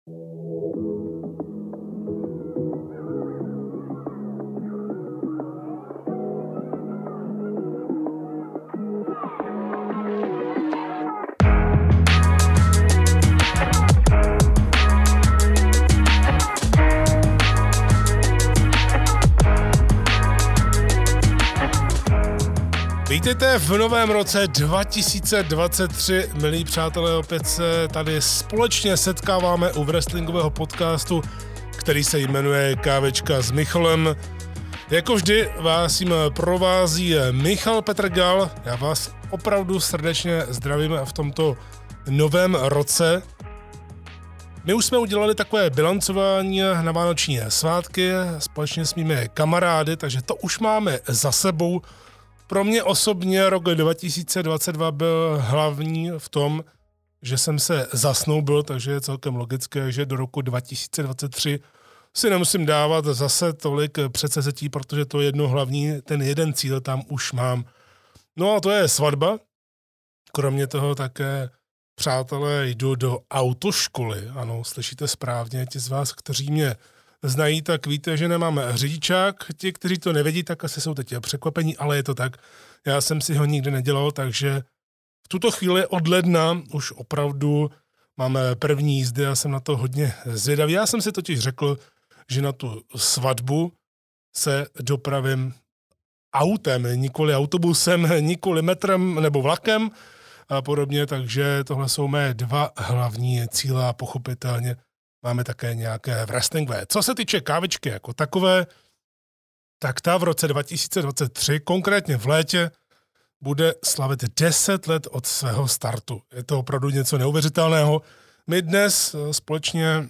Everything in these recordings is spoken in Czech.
Vítejte v novém roce 2023, milí přátelé, opět se tady společně setkáváme u wrestlingového podcastu, který se jmenuje Kávečka s Michalem. Jako vždy vás jim provází Michal Petrgal, já vás opravdu srdečně zdravím v tomto novém roce. My už jsme udělali takové bilancování na vánoční svátky společně s mými kamarády, takže to už máme za sebou. Pro mě osobně rok 2022 byl hlavní v tom, že jsem se zasnoubil, takže je celkem logické, že do roku 2023 si nemusím dávat zase tolik předsevzetí, protože to jedno hlavní, ten jeden cíl tam už mám. No a to je svatba. Kromě toho také, přátelé, jdu do autoškoly. Ano, slyšíte správně, ti z vás, kteří mě znají, tak víte, že nemám řidičák. Ti, kteří to nevědí, tak asi jsou teď překvapení, ale je to tak. Já jsem si ho nikdy nedělal, takže v tuto chvíli od ledna už opravdu máme první jízdy a jsem na to hodně zvědavý. Já jsem si totiž řekl, že na tu svatbu se dopravím autem, nikoli autobusem, nikoli metrem nebo vlakem a podobně, takže tohle jsou mé dva hlavní cíle a pochopitelně máme také nějaké wrestlingové. Co se týče kávečky jako takové, tak ta v roce 2023, konkrétně v létě, bude slavit 10 let od svého startu. Je to opravdu něco neuvěřitelného. My dnes společně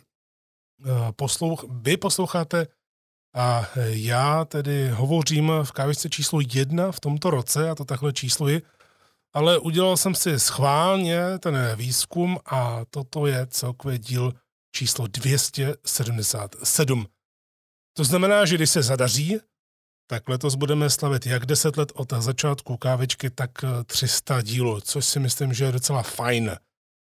vy posloucháte a já tedy hovořím v kávečce číslo 1 v tomto roce, a to takhle čísluji, ale udělal jsem si schválně ten výzkum a toto je celkově díl číslo 277. To znamená, že když se zadaří, tak letos budeme slavit jak 10 let od začátku kávečky, tak 300 dílů, což si myslím, že je docela fajn.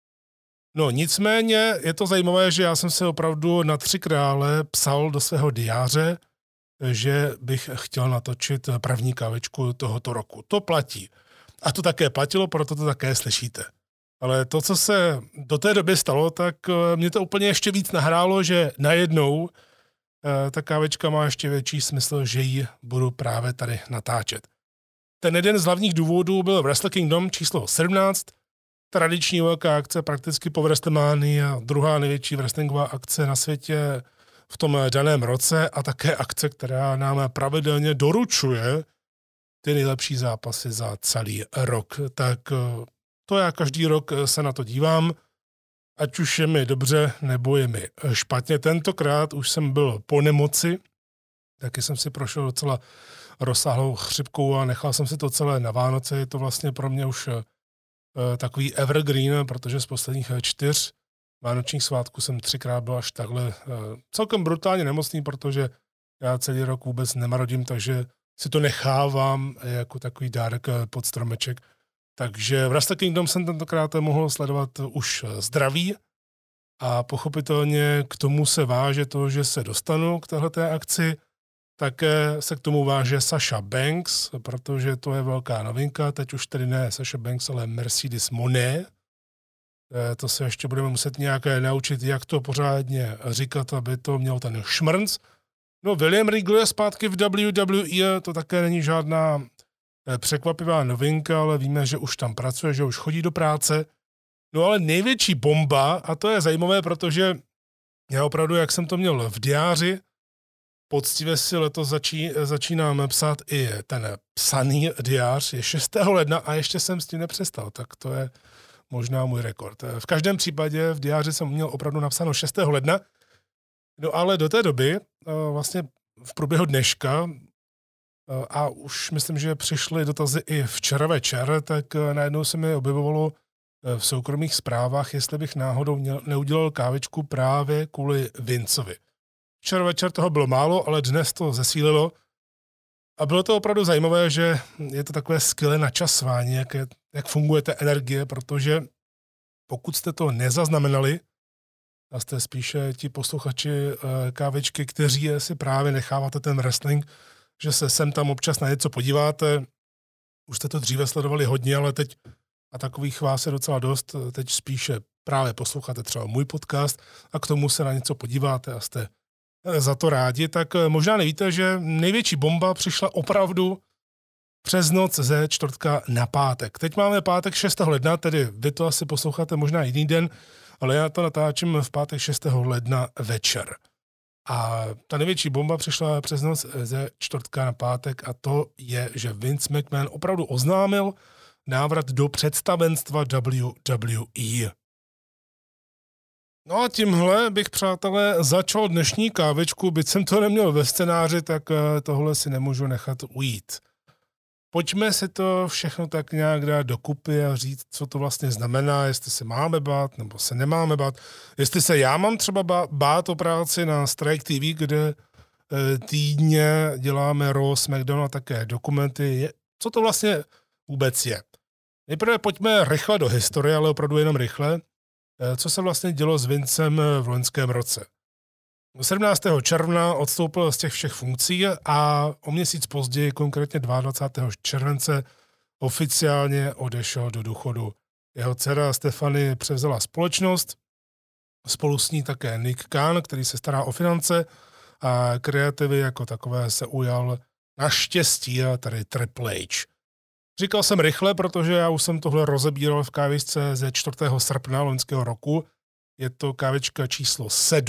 No nicméně je to zajímavé, že já jsem se opravdu na 3 krále psal do svého diáře, že bych chtěl natočit první kávečku tohoto roku. To platí. A to také platilo, proto to také slyšíte. Ale to, co se do té doby stalo, tak mě to úplně ještě víc nahrálo, že najednou ta kávečka má ještě větší smysl, že ji budu právě tady natáčet. Ten jeden z hlavních důvodů byl Wrestle Kingdom číslo 17, tradiční velká akce prakticky po WrestleManii a druhá největší wrestlingová akce na světě v tom daném roce a také akce, která nám pravidelně doručuje ty nejlepší zápasy za celý rok. Tak to já každý rok se na to dívám, ať už je mi dobře, nebo je mi špatně. Tentokrát už jsem byl po nemoci, taky jsem si prošel docela rozsáhlou chřipkou a nechal jsem si to celé na Vánoce. Je to vlastně pro mě už takový evergreen, protože z posledních 4 vánočních svátků jsem 3krát byl až takhle celkem brutálně nemocný, protože já celý rok vůbec nemarodím, takže si to nechávám jako takový dárek pod stromeček. Takže v Wrestle Kingdom jsem tentokrát mohl sledovat už zdraví a pochopitelně k tomu se váže to, že se dostanu k téhleté akci. Také se k tomu váže Sasha Banks, protože to je velká novinka. Teď už tedy ne Sasha Banks, ale Mercedes Moné. To se ještě budeme muset nějak naučit, jak to pořádně říkat, aby to měl ten šmrnc. No, William Regal je zpátky v WWE, to také není žádná překvapivá novinka, ale víme, že už tam pracuje, že už chodí do práce. No ale největší bomba, a to je zajímavé, protože já opravdu, jak jsem to měl v diáři, poctivě si letos začínám psát i ten psaný diář, je 6. ledna a ještě jsem s tím nepřestal, tak to je možná můj rekord. V každém případě v diáři jsem měl opravdu napsáno 6. ledna, no ale do té doby, vlastně v průběhu dneška, a už myslím, že přišly dotazy i včera večer, tak najednou se mi objevovalo v soukromých zprávách, jestli bych náhodou neudělal kávečku právě kvůli Vincovi. Včera večer toho bylo málo, ale dnes to zesílilo. A bylo to opravdu zajímavé, že je to takové skvělé načasování, jak funguje ta energie, protože pokud jste to nezaznamenali, a jste spíše ti posluchači kávičky, kteří si právě necháváte ten wrestling, že se sem tam občas na něco podíváte. Už jste to dříve sledovali hodně, ale teď, a takových vás je docela dost, teď spíše právě posloucháte třeba můj podcast a k tomu se na něco podíváte a jste za to rádi, tak možná nevíte, že největší bomba přišla opravdu přes noc ze čtvrtka na pátek. Teď máme pátek 6. ledna, tedy vy to asi posloucháte možná jiný den, ale já to natáčím v pátek 6. ledna večer. A ta největší bomba přišla přes noc ze čtvrtka na pátek a to je, že Vince McMahon opravdu oznámil návrat do představenstva WWE. No a tímhle bych, přátelé, začal dnešní kávečku, byť jsem to neměl ve scénáři, tak tohle si nemůžu nechat ujít. Pojďme si to všechno tak nějak dát dokupy a říct, co to vlastně znamená, jestli se máme bát, nebo se nemáme bát. Jestli se já mám třeba bát o práci na Strike TV, kde týdně děláme Raw, SmackDown a také dokumenty. Co to vlastně vůbec je? Nejprve pojďme rychle do historie, ale opravdu jenom rychle. Co se vlastně dělo s Vincem v loňském roce. 17. června odstoupil z těch všech funkcí a o měsíc později, konkrétně 22. července, oficiálně odešel do důchodu. Jeho dcera Stephanie převzala společnost, spolu s ní také Nick Khan, který se stará o finance a kreativy jako takové se ujal naštěstí a tady Triple H. Říkal jsem rychle, protože já už jsem tohle rozebíral v kávičce ze 4. srpna loňského roku. Je to kávička číslo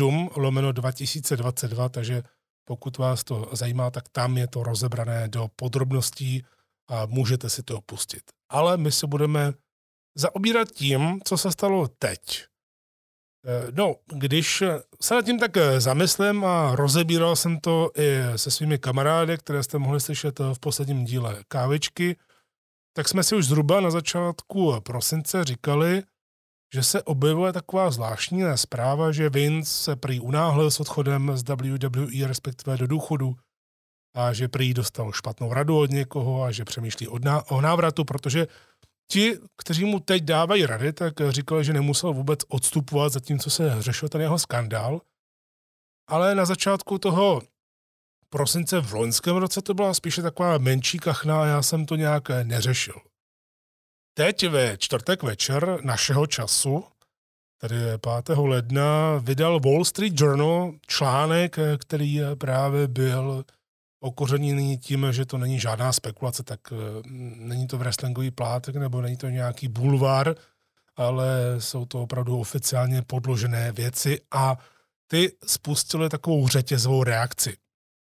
7/2022, takže pokud vás to zajímá, tak tam je to rozebrané do podrobností a můžete si to pustit. Ale my se budeme zaobírat tím, co se stalo teď. No, když se nad tím tak zamyslím a rozebíral jsem to i se svými kamarády, které jste mohli slyšet v posledním díle kávičky, tak jsme si už zhruba na začátku prosince říkali, že se objevuje taková zvláštní zpráva, že Vince se prý unáhlil s odchodem z WWE, respektive do důchodu, a že prý dostal špatnou radu od někoho a že přemýšlí o návratu, protože ti, kteří mu teď dávají rady, tak říkali, že nemusel vůbec odstupovat, zatímco se řešil ten jeho skandál. Ale na začátku toho prosince v loňském roce to byla spíše taková menší kachna a já jsem to nějak neřešil. Teď ve čtvrtek večer našeho času, tedy 5. ledna, vydal Wall Street Journal článek, který právě byl okořeněný tím, že to není žádná spekulace, tak není to wrestlingový plátek nebo není to nějaký bulvár, ale jsou to opravdu oficiálně podložené věci a ty spustily takovou řetězovou reakci.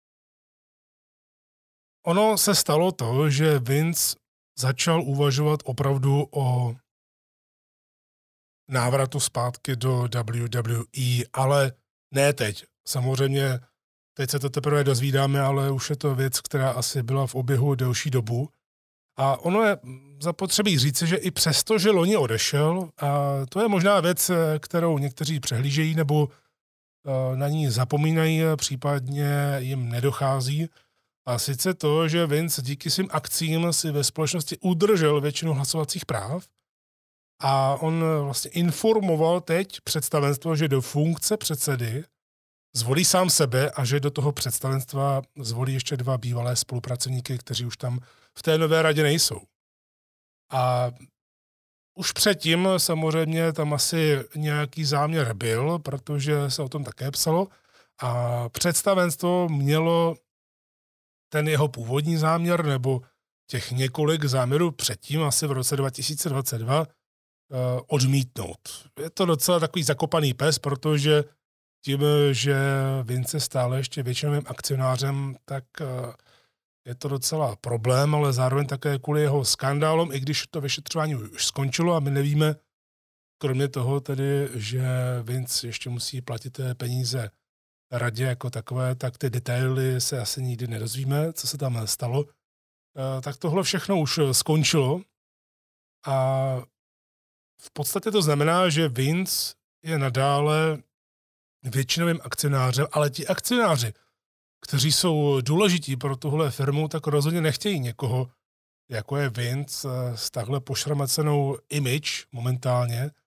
Ono se stalo to, že Vince začal uvažovat opravdu o návratu zpátky do WWE, ale ne teď. Samozřejmě teď se to teprve dozvídáme, ale už je to věc, která asi byla v oběhu delší dobu. A ono je zapotřebí říci, že i přesto, že loni odešel, a to je možná věc, kterou někteří přehlížejí nebo na ní zapomínají, případně jim nedochází. A sice to, že Vince díky svým akcím si ve společnosti udržel většinu hlasovacích práv a on vlastně informoval teď představenstvo, že do funkce předsedy zvolí sám sebe a že do toho představenstva zvolí ještě 2 bývalé spolupracovníky, kteří už tam v té nové radě nejsou. A už předtím samozřejmě tam asi nějaký záměr byl, protože se o tom také psalo a představenstvo mělo ten jeho původní záměr nebo těch několik záměrů předtím, asi v roce 2022, odmítnout. Je to docela takový zakopaný pes, protože tím, že Vince je stále ještě většinovým akcionářem, tak je to docela problém, ale zároveň také kvůli jeho skandálům, i když to vyšetřování už skončilo a my nevíme, kromě toho tedy, že Vince ještě musí platit peníze radě jako takové, tak ty detaily se asi nikdy nedozvíme, co se tam stalo. Tak tohle všechno už skončilo a v podstatě to znamená, že Vince je nadále většinovým akcionářem, ale ti akcionáři, kteří jsou důležití pro tuhle firmu, tak rozhodně nechtějí někoho, jako je Vince, s takhle pošramacenou image momentálně,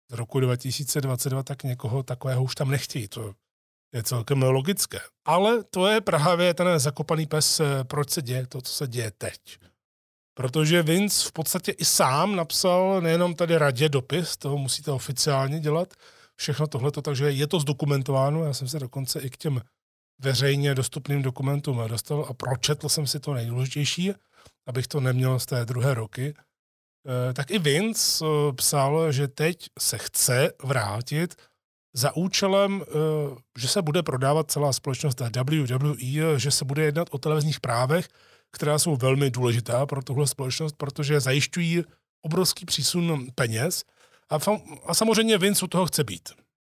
z roku 2022, tak někoho takového už tam nechtějí. To je celkem logické. Ale to je právě ten zakopaný pes, proč se děje to, co se děje teď. Protože Vince v podstatě i sám napsal nejenom tady radě dopis, toho musíte oficiálně dělat, všechno tohleto, takže je to zdokumentováno, já jsem se dokonce i k těm veřejně dostupným dokumentům dostal a pročetl jsem si to nejdůležitější, abych to neměl z té druhé roky. Tak i Vince psal, že teď se chce vrátit za účelem, že se bude prodávat celá společnost WWE, že se bude jednat o televizních právech, která jsou velmi důležitá pro tuhle společnost, protože zajišťují obrovský přísun peněz a samozřejmě Vince u toho chce být.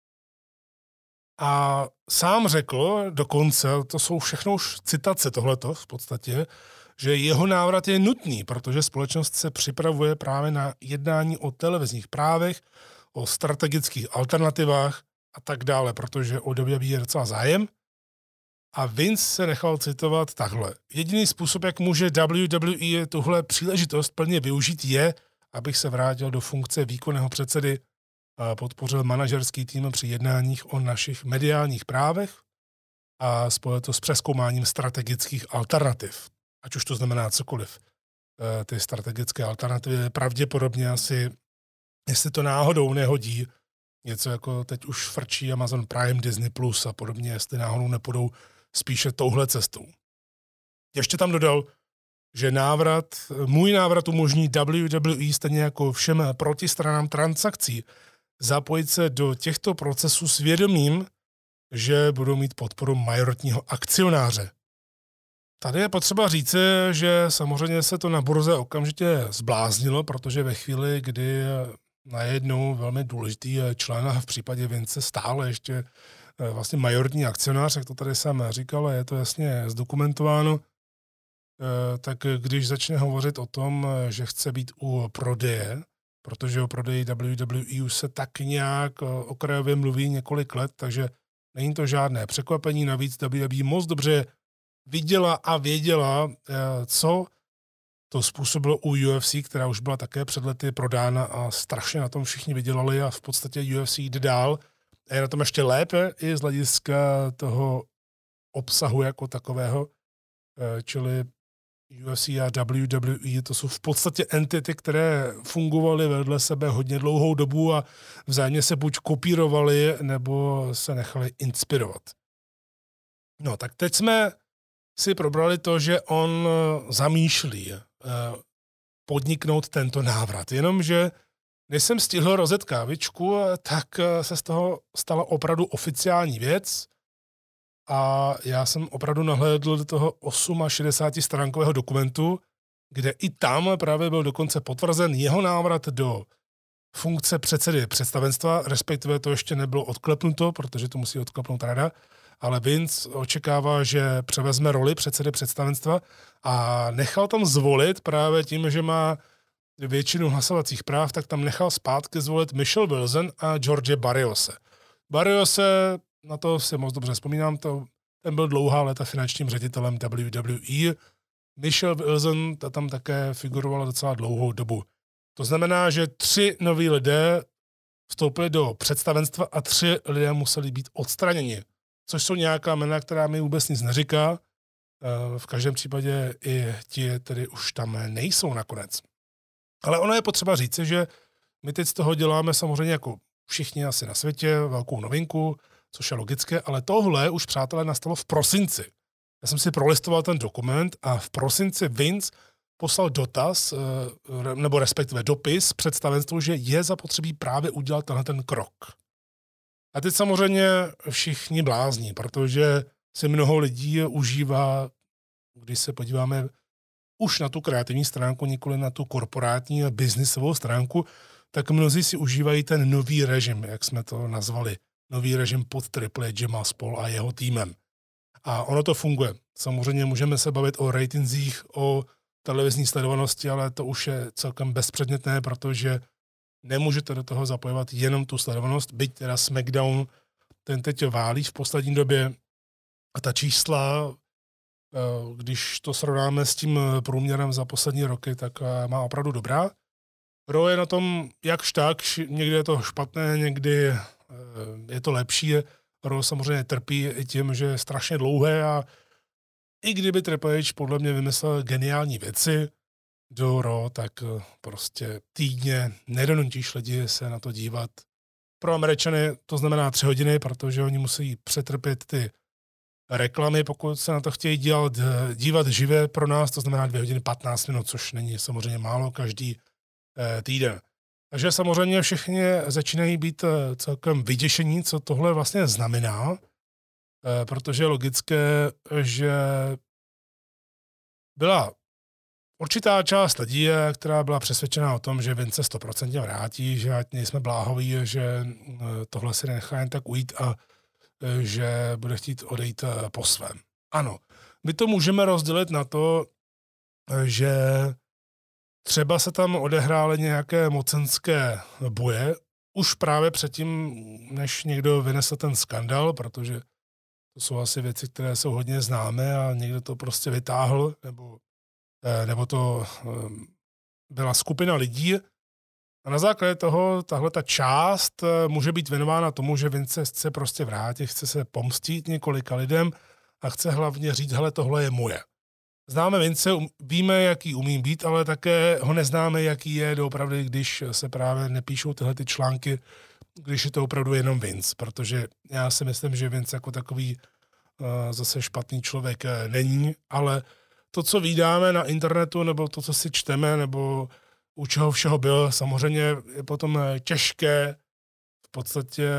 A sám řekl dokonce, to jsou všechno už citace tohleto v podstatě, že jeho návrat je nutný, protože společnost se připravuje právě na jednání o televizních právech, o strategických alternativách a tak dále, protože o WWE je docela zájem. A Vince se nechal citovat takhle. Jediný způsob, jak může WWE tuhle příležitost plně využít, je, abych se vrátil do funkce výkonného předsedy a podpořil manažerský tým při jednáních o našich mediálních právech a spojil to s přezkoumáním strategických alternativ. Ať už to znamená cokoliv. Ty strategické alternativy pravděpodobně asi, jestli to náhodou nehodí, něco jako teď už frčí Amazon Prime, Disney Plus a podobně, jestli náhodou nepůjdou spíše touhle cestou. Ještě tam dodal, že můj návrat umožní WWE stejně jako všem protistranám transakcí zapojit se do těchto procesů s vědomím, že budou mít podporu majoritního akcionáře. Tady je potřeba říci, že samozřejmě se to na burze okamžitě zbláznilo, protože ve chvíli, kdy najednou velmi důležitý člen a v případě Vince stále ještě vlastně majoritní akcionář, jak to tady sám říkal, je to jasně zdokumentováno, tak když začne hovořit o tom, že chce být u prodeje, protože o prodeji WWE už se tak nějak okrajově mluví několik let, takže není to žádné překvapení, navíc WWE moc dobře viděla a věděla, co to způsobilo u UFC, která už byla také před lety prodána a strašně na tom všichni vydělali a v podstatě UFC jde dál a je na tom ještě lépe i z hlediska toho obsahu jako takového, čili UFC a WWE, to jsou v podstatě entity, které fungovaly vedle sebe hodně dlouhou dobu a vzájemně se buď kopírovali, nebo se nechali inspirovat. No, tak teď jsme si probrali to, že on zamýšlí podniknout tento návrat. Jenomže než jsem stihl rozjet kávičku, tak se z toho stala opravdu oficiální věc a já jsem opravdu nahlédl do toho 68stránkového dokumentu, kde i tam právě byl dokonce potvrzen jeho návrat do funkce předsedy představenstva, respektive to ještě nebylo odklepnuto, protože to musí odklepnout rada, ale Vince očekává, že převezme roli předsedy představenstva a nechal tam zvolit právě tím, že má většinu hlasovacích práv, tak tam nechal zpátky zvolit Michelle Wilson a George Barriose. Barriose, na to si moc dobře vzpomínám, ten byl dlouhá léta finančním ředitelem WWE. Michelle Wilson, ta tam také figurovala docela dlouhou dobu. To znamená, že 3 noví lidé vstoupili do představenstva a 3 lidé museli být odstraněni. Což jsou nějaká jména, která mi vůbec nic neříká. V každém případě i ti tedy už tam nejsou nakonec. Ale ono je potřeba říci, že my teď z toho děláme samozřejmě jako všichni asi na světě velkou novinku, což je logické, ale tohle už, přátelé, nastalo v prosinci. Já jsem si prolistoval ten dokument a v prosinci Vince poslal dotaz, nebo respektive dopis představenstvu, že je zapotřebí právě udělat tenhle ten krok. A teď samozřejmě všichni blázní, protože si mnoho lidí užívá, když se podíváme už na tu kreativní stránku, nikoli na tu korporátní a biznisovou stránku, tak mnozí si užívají ten nový režim, jak jsme to nazvali. Nový režim pod Triple H spol a jeho týmem. A ono to funguje. Samozřejmě můžeme se bavit o ratingzích, o televizní sledovanosti, ale to už je celkem bezpředmětné, protože nemůžete do toho zapojovat jenom tu sledovanost, byť teda SmackDown ten teď válí v poslední době a ta čísla, když to srovnáme s tím průměrem za poslední roky, tak má opravdu dobrá. Raw je na tom jakž tak, někdy je to špatné, někdy je to lepší. Raw samozřejmě trpí i tím, že je strašně dlouhé a i kdyby Triple H podle mě vymyslel geniální věci do Raw, tak prostě týdně nedonutíš lidi se na to dívat. Pro Američany to znamená 3 hodiny, protože oni musí přetrpět ty reklamy, pokud se na to chtějí dívat živě. Pro nás to znamená 2 hodiny 15 minut, což není samozřejmě málo každý týden. Takže samozřejmě všichni začínají být celkem vyděšení, co tohle vlastně znamená, protože je logické, že byla určitá část lidí, která byla přesvědčená o tom, že Vince 100% vrátí, že ať nejsme bláhoví, že tohle si nenechá jen tak ujít a že bude chtít odejít po svém. Ano, my to můžeme rozdělit na to, že třeba se tam odehrály nějaké mocenské boje, už právě předtím, než někdo vynesl ten skandal, protože to jsou asi věci, které jsou hodně známé a někdo to prostě vytáhl, nebo to byla skupina lidí. A na základě toho tahle ta část může být věnována tomu, že Vince chce prostě vrátit, chce se pomstít několika lidem a chce hlavně říct, hele, tohle je moje. Známe Vince, víme, jaký umí být, ale také ho neznáme, jaký je doopravdy, když se právě nepíšou tyhle ty články, když je to opravdu jenom Vince, protože já si myslím, že Vince jako takový zase špatný člověk není, ale to, co vídáme na internetu, nebo to, co si čteme, nebo u čeho všeho byl, samozřejmě je potom těžké v podstatě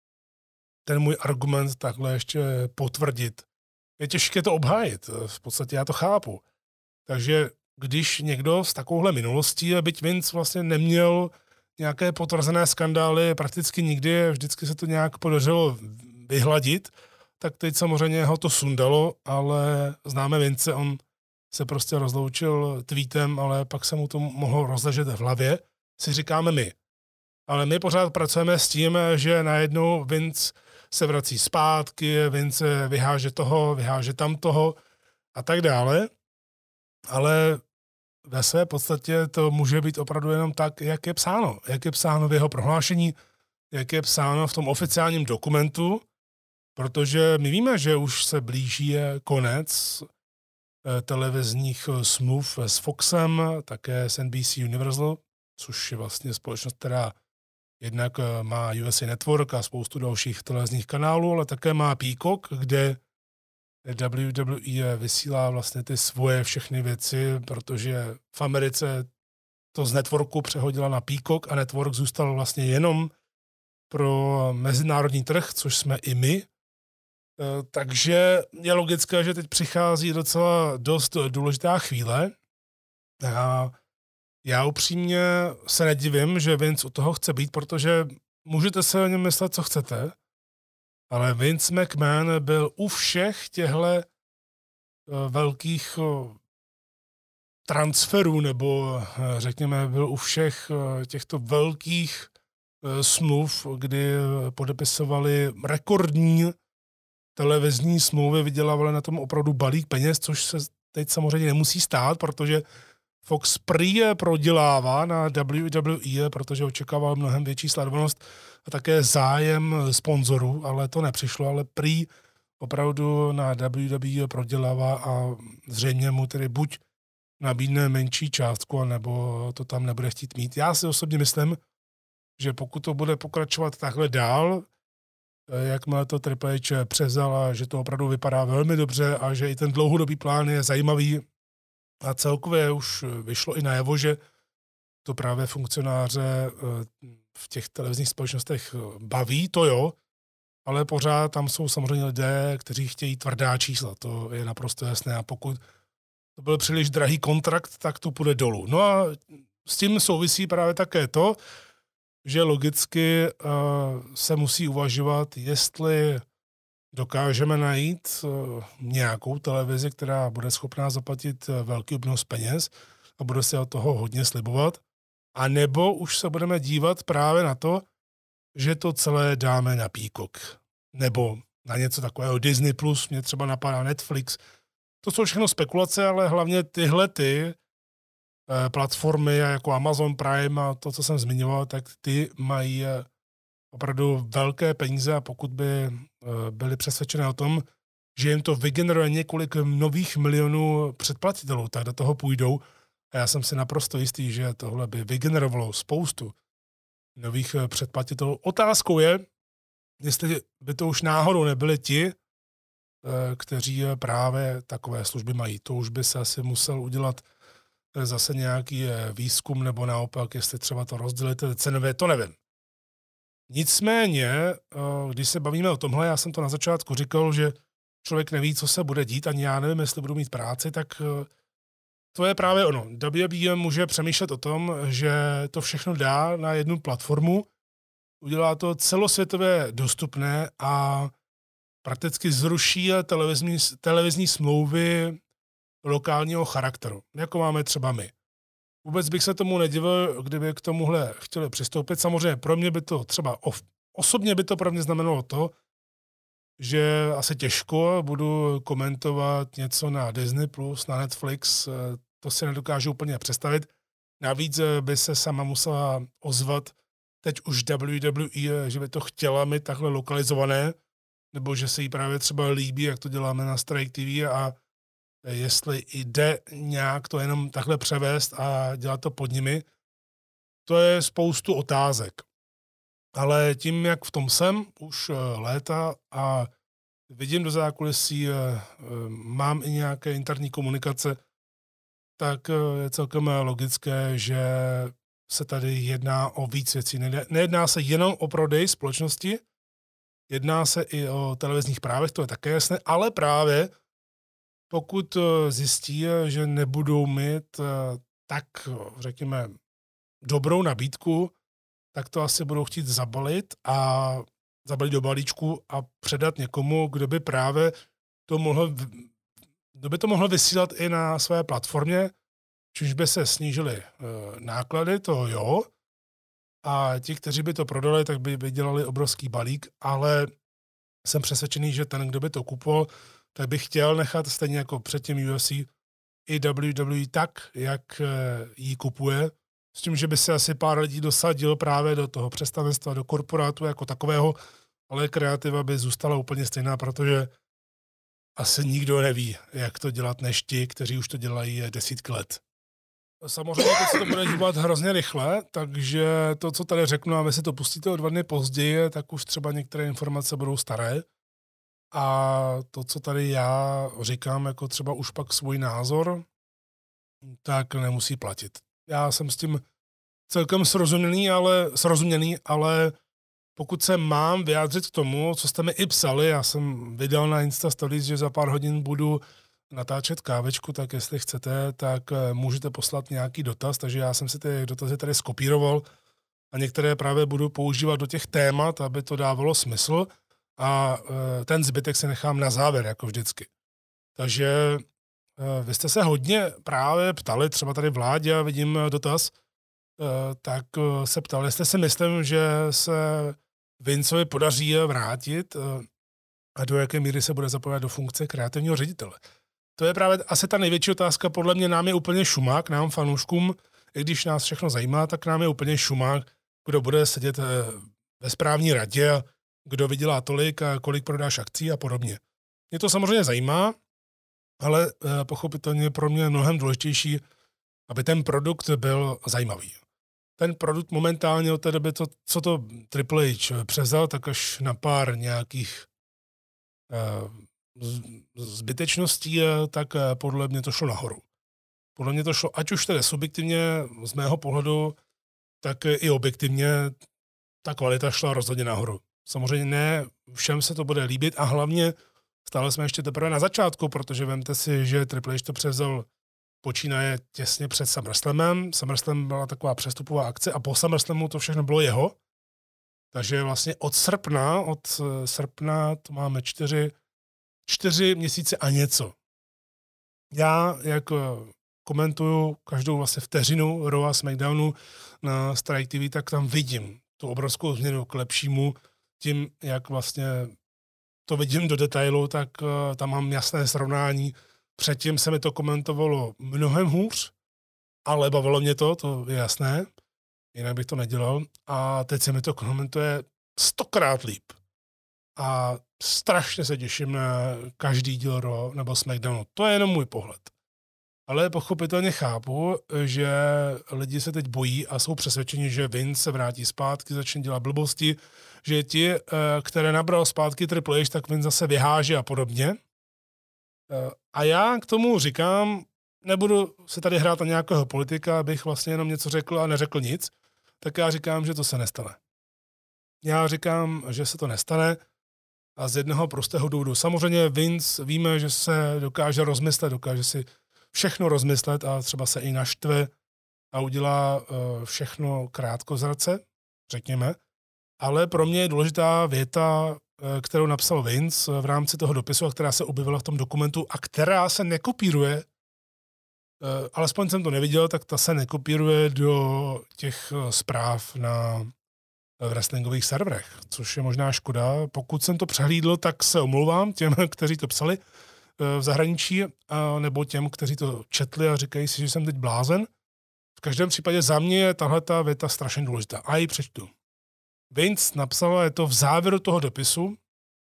ten můj argument takhle ještě potvrdit. Je těžké to obhájit, v podstatě já to chápu. Takže když někdo s takovouhle minulostí, byť Vince vlastně neměl nějaké potvrzené skandály prakticky nikdy, vždycky se to nějak podařilo vyhladit, tak teď samozřejmě ho to sundalo, ale známe Vince, on se prostě rozloučil tweetem, ale pak se mu to mohlo rozležet v hlavě, si říkáme my. Ale my pořád pracujeme s tím, že najednou Vince se vrací zpátky, Vince vyháže toho, vyháže tamtoho a tak dále. Ale ve své podstatě to může být opravdu jenom tak, jak je psáno. Jak je psáno v jeho prohlášení, jak je psáno v tom oficiálním dokumentu, protože my víme, že už se blíží konec televizních smluv s Foxem, také s NBC Universal, což je vlastně společnost, která jednak má USA Network a spoustu dalších televizních kanálů, ale také má Peacock, kde WWE vysílá vlastně ty svoje všechny věci, protože v Americe to z Networku přehodila na Peacock a Network zůstal vlastně jenom pro mezinárodní trh, což jsme i my. Takže je logické, že teď přichází docela dost důležitá chvíle. A já upřímně se nedivím, že Vince u toho chce být, protože můžete se o něm myslet, co chcete, ale Vince McMahon byl u všech těchto velkých transferů, nebo řekněme, byl u všech těchto velkých smluv, kdy podepisovali rekordní televizní smlouvy, vydělávali na tom opravdu balík peněz, což se teď samozřejmě nemusí stát, protože Fox prý prodělává na WWE, protože očekával mnohem větší sledovanost a také zájem sponzorů, ale to nepřišlo, ale prý opravdu na WWE prodělává a zřejmě mu tedy buď nabídne menší částku, nebo to tam nebude chtít mít. Já si osobně myslím, že pokud to bude pokračovat takhle dál, jakmile to Triple H převzal a že to opravdu vypadá velmi dobře a že i ten dlouhodobý plán je zajímavý a celkově už vyšlo i najevo, že to právě funkcionáře v těch televizních společnostech baví, to jo, ale pořád tam jsou samozřejmě lidé, kteří chtějí tvrdá čísla, to je naprosto jasné a pokud to byl příliš drahý kontrakt, tak to půjde dolů. No a s tím souvisí právě také to, že logicky se musí uvažovat, jestli dokážeme najít nějakou televizi, která bude schopná zaplatit velký obnos peněz a bude se od toho hodně slibovat, a nebo už se budeme dívat právě na to, že to celé dáme na Peacock, nebo na něco takového Disney+, mě třeba napadá Netflix. To jsou všechno spekulace, ale hlavně tyhle platformy jako Amazon Prime a to, co jsem zmiňoval, tak ty mají opravdu velké peníze a pokud by byli přesvědčeni o tom, že jim to vygeneruje několik nových milionů předplatitelů, tak do toho půjdou. A já jsem si naprosto jistý, že tohle by vygenerovalo spoustu nových předplatitelů. Otázkou je, jestli by to už náhodou nebyli ti, kteří právě takové služby mají. To už by se asi musel udělat zase nějaký výzkum, nebo naopak, jestli třeba to rozdělíte cenově, to nevím. Nicméně, když se bavíme o tomhle, já jsem to na začátku říkal, že člověk neví, co se bude dít, ani já nevím, jestli budu mít práci, tak to je právě ono. WWE může přemýšlet o tom, že to všechno dá na jednu platformu, udělá to celosvětově dostupné a prakticky zruší televizní smlouvy lokálního charakteru, jako máme třeba my. Vůbec bych se tomu nedivil, kdyby k tomuhle chtěli přistoupit. Samozřejmě pro mě by to třeba osobně by to pro mě znamenalo to, že asi těžko budu komentovat něco na Disney+, na Netflix, to si nedokážu úplně představit. Navíc by se sama musela ozvat teď už WWE, že by to chtěla mít takhle lokalizované, nebo že se jí právě třeba líbí, jak to děláme na Strike TV a jestli jde nějak to jenom takhle převést a dělat to pod nimi, to je spoustu otázek. Ale tím, jak v tom jsem už léta a vidím do zákulisí, mám i nějaké interní komunikace, tak je celkem logické, že se tady jedná o víc věcí. Nejedná se jenom o prodej společnosti, jedná se i o televizních právech, to je také jasné, ale právě pokud zjistí, že nebudou mít tak, řekněme, dobrou nabídku, tak to asi budou chtít zabalit do balíčku a předat někomu, kdo by právě to mohl vysílat i na své platformě, čímž by se snížily náklady, to jo, a ti, kteří by to prodali, tak by vydělali obrovský balík, ale jsem přesvědčený, že ten, kdo by to kupoval, tak by chtěl nechat stejně jako předtím UFC i WWE tak, jak ji kupuje, s tím, že by se asi pár lidí dosadil právě do toho představenstva, do korporátu jako takového, ale kreativa by zůstala úplně stejná, protože asi nikdo neví, jak to dělat než ti, kteří už to dělají desítky let. Samozřejmě teď se to bude hýbat hrozně rychle, takže to, co tady řeknu, a vy si to pustíte o 2 dny později, tak už třeba některé informace budou staré. A to, co tady já říkám, jako třeba už pak svůj názor, tak nemusí platit. Já jsem s tím celkem srozuměný, ale pokud se mám vyjádřit k tomu, co jste mi i psali, já jsem vydal na Insta Stories, že za pár hodin budu natáčet kávečku, tak jestli chcete, tak můžete poslat nějaký dotaz, takže já jsem si ty dotazy tady skopíroval a některé právě budu používat do těch témat, aby to dávalo smysl a ten zbytek si nechám na závěr, jako vždycky. Takže vy jste se hodně právě ptali, třeba tady Vládě, a vidím dotaz, tak se ptali, jestli si myslím, že se Vincovi podaří vrátit a do jaké míry se bude zapojovat do funkce kreativního ředitele. To je právě asi ta největší otázka, podle mě nám je úplně šumák, nám fanouškům, i když nás všechno zajímá, tak nám je úplně šumák, kdo bude sedět ve správní radě a kdo vydělá tolik a kolik prodáš akcí a podobně. Mě to samozřejmě zajímá, ale pochopitelně pro mě je mnohem důležitější, aby ten produkt byl zajímavý. Ten produkt momentálně od té doby, co to Triple H převzal, tak až na pár nějakých zbytečností, tak podle mě to šlo nahoru. Podle mě to šlo, ať už tedy subjektivně z mého pohledu, tak i objektivně ta kvalita šla rozhodně nahoru. Samozřejmě ne všem se to bude líbit a hlavně stále jsme ještě teprve na začátku, protože vemte si, že Triple H to převzal počínaje těsně před SummerSlamem. SummerSlam byla taková přestupová akce a po SummerSlamu to všechno bylo jeho. Takže vlastně od srpna to máme 4 měsíce a něco. Já, jak komentuju každou vlastně vteřinu Raw a SmackDownu na Strike TV, tak tam vidím tu obrovskou změnu k lepšímu. Tím, jak vlastně to vidím do detailu, tak tam mám jasné srovnání. Předtím se mi to komentovalo mnohem hůř ale bavilo mě to je jasné, jinak bych to nedělal a teď se mi to komentuje 100krát líp. A strašně se těším na každý díl Raw nebo SmackDownu. To je jenom můj pohled. Ale pochopitelně chápu, že lidi se teď bojí a jsou přesvědčeni, že Vince se vrátí zpátky, začne dělat blbosti, že ti, které nabral zpátky Triple H, tak Vince zase vyháže a podobně. A já k tomu říkám, nebudu se tady hrát na nějakého politika, abych vlastně jenom něco řekl a neřekl nic, tak já říkám, že to se nestane. Já říkám, že se to nestane a z jednoho prostého důvodu. Samozřejmě Vince víme, že se dokáže rozmyslet, dokáže si všechno rozmyslet a třeba se i naštve a udělá všechno krátkozrace, řekněme. Ale pro mě je důležitá věta, kterou napsal Vince v rámci toho dopisu a která se objevila v tom dokumentu a která se nekopíruje, alespoň jsem to neviděl, tak ta se nekopíruje do těch zpráv na wrestlingových serverech, což je možná škoda. Pokud jsem to přehlídl, tak se omlouvám těm, kteří to psali v zahraničí, nebo těm, kteří to četli a říkají si, že jsem teď blázen. V každém případě za mě je tahleta věta strašně důležitá. A ji přečtu. Vince napsal, je to v závěru toho dopisu,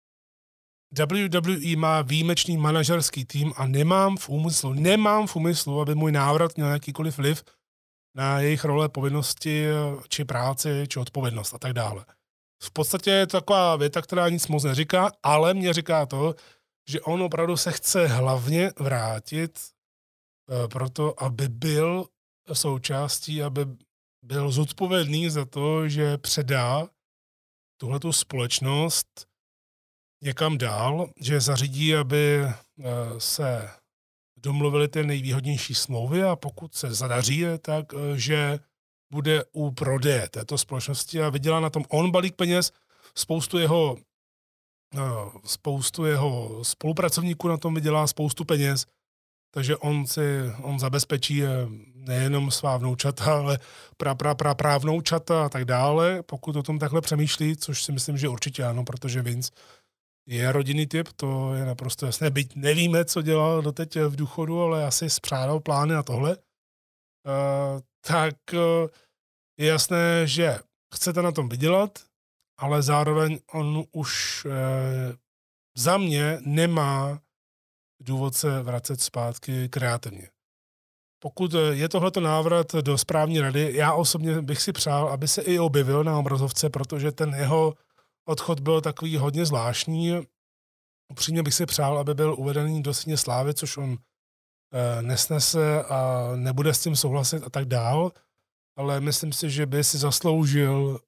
WWE má výjimečný manažerský tým a nemám v úmyslu, aby můj návrat měl jakýkoliv vliv na jejich role, povinnosti, či práci, či odpovědnost a tak dále. V podstatě je to taková věta, která nic moc neříká, ale mě říká to, že on opravdu se chce hlavně vrátit proto, aby byl součástí, aby byl zodpovědný za to, že předá tuhletu společnost někam dál, že zařídí, aby se domluvili ty nejvýhodnější smlouvy a pokud se zadaří, tak že bude u prodeje této společnosti a vydělá na tom on balík peněz, spoustu jeho spolupracovníků na tom vydělá spoustu peněz, takže on zabezpečí nejenom svá vnoučata, ale právnoučata a tak dále, pokud o tom takhle přemýšlí, což si myslím, že určitě ano, protože Vince je rodinný typ, to je naprosto jasné. Byť nevíme, co dělal doteď v důchodu, ale asi spřádal plány na tohle. Tak je jasné, že chcete na tom vydělat, ale zároveň on už za mě nemá důvod se vracet zpátky kreativně. Pokud je tohleto návrat do správní rady, já osobně bych si přál, aby se i objevil na obrazovce, protože ten jeho odchod byl takový hodně zvláštní. Upřímně bych si přál, aby byl uvedený do síně slávy, což on nesnese a nebude s tím souhlasit a tak dál, ale myslím si, že by si zasloužil,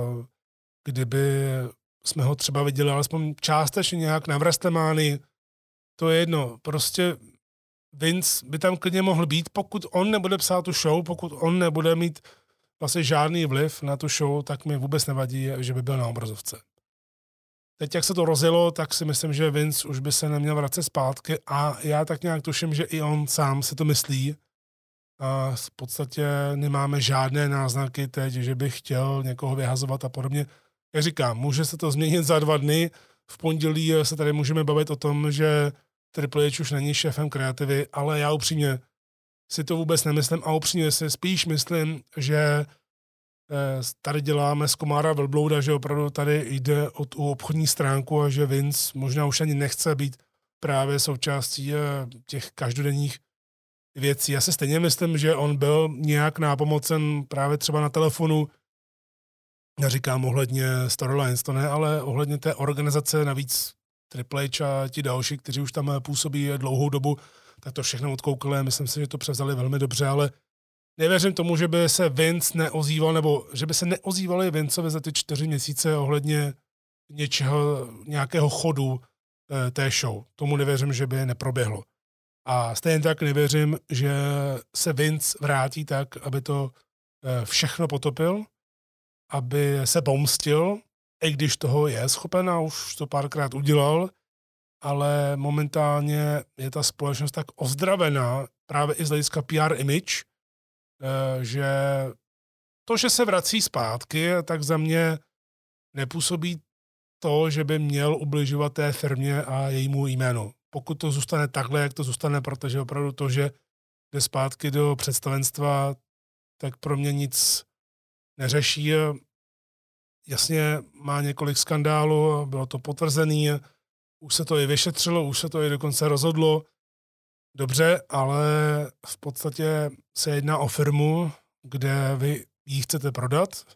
kdyby jsme ho třeba viděli alespoň částečně nějak na WrestleManii. To je jedno, prostě Vince by tam klidně mohl být, pokud on nebude psát tu show, pokud on nebude mít vlastně žádný vliv na tu show, tak mi vůbec nevadí, že by byl na obrazovce. Teď, jak se to rozjelo, tak si myslím, že Vince už by se neměl vracet zpátky a já tak nějak tuším, že i on sám si to myslí. A v podstatě nemáme žádné náznaky teď, že by chtěl někoho vyhazovat a podobně. Jak říkám, může se to změnit za 2 dny. V pondělí se tady můžeme bavit o tom, že Triple H už není šéfem kreativy, ale já upřímně si to vůbec nemyslím a upřímně si spíš myslím, že tady děláme z komára velblouda, že opravdu tady jde o tu obchodní stránku a že Vince možná už ani nechce být právě součástí těch každodenních věcí. Já si stejně myslím, že on byl nějak nápomocen právě třeba na telefonu, neříkám ohledně Storylines, to ne, ale ohledně té organizace, navíc Triple H a ti další, kteří už tam působí dlouhou dobu, tak to všechno odkoukali. Myslím si, že to převzali velmi dobře, ale nevěřím tomu, že by se Vince neozýval, nebo že by se neozývali Vinceovi za ty 4 měsíce ohledně nějakého chodu té show. Tomu nevěřím, že by neproběhlo. A stejně tak nevěřím, že se Vince vrátí tak, aby to všechno potopil, aby se pomstil, i když toho je schopen a už to párkrát udělal, ale momentálně je ta společnost tak ozdravená, právě i z hlediska PR image, že to, že se vrací zpátky, tak za mě nepůsobí to, že by měl ubližovat té firmě a jejímu jménu. Pokud to zůstane takhle, jak to zůstane, protože opravdu to, že jde zpátky do představenstva, tak pro mě nic neřeší. Jasně má několik skandálů, bylo to potvrzený, už se to i vyšetřilo, už se to i dokonce rozhodlo. Dobře, ale v podstatě se jedná o firmu, kde vy ji chcete prodat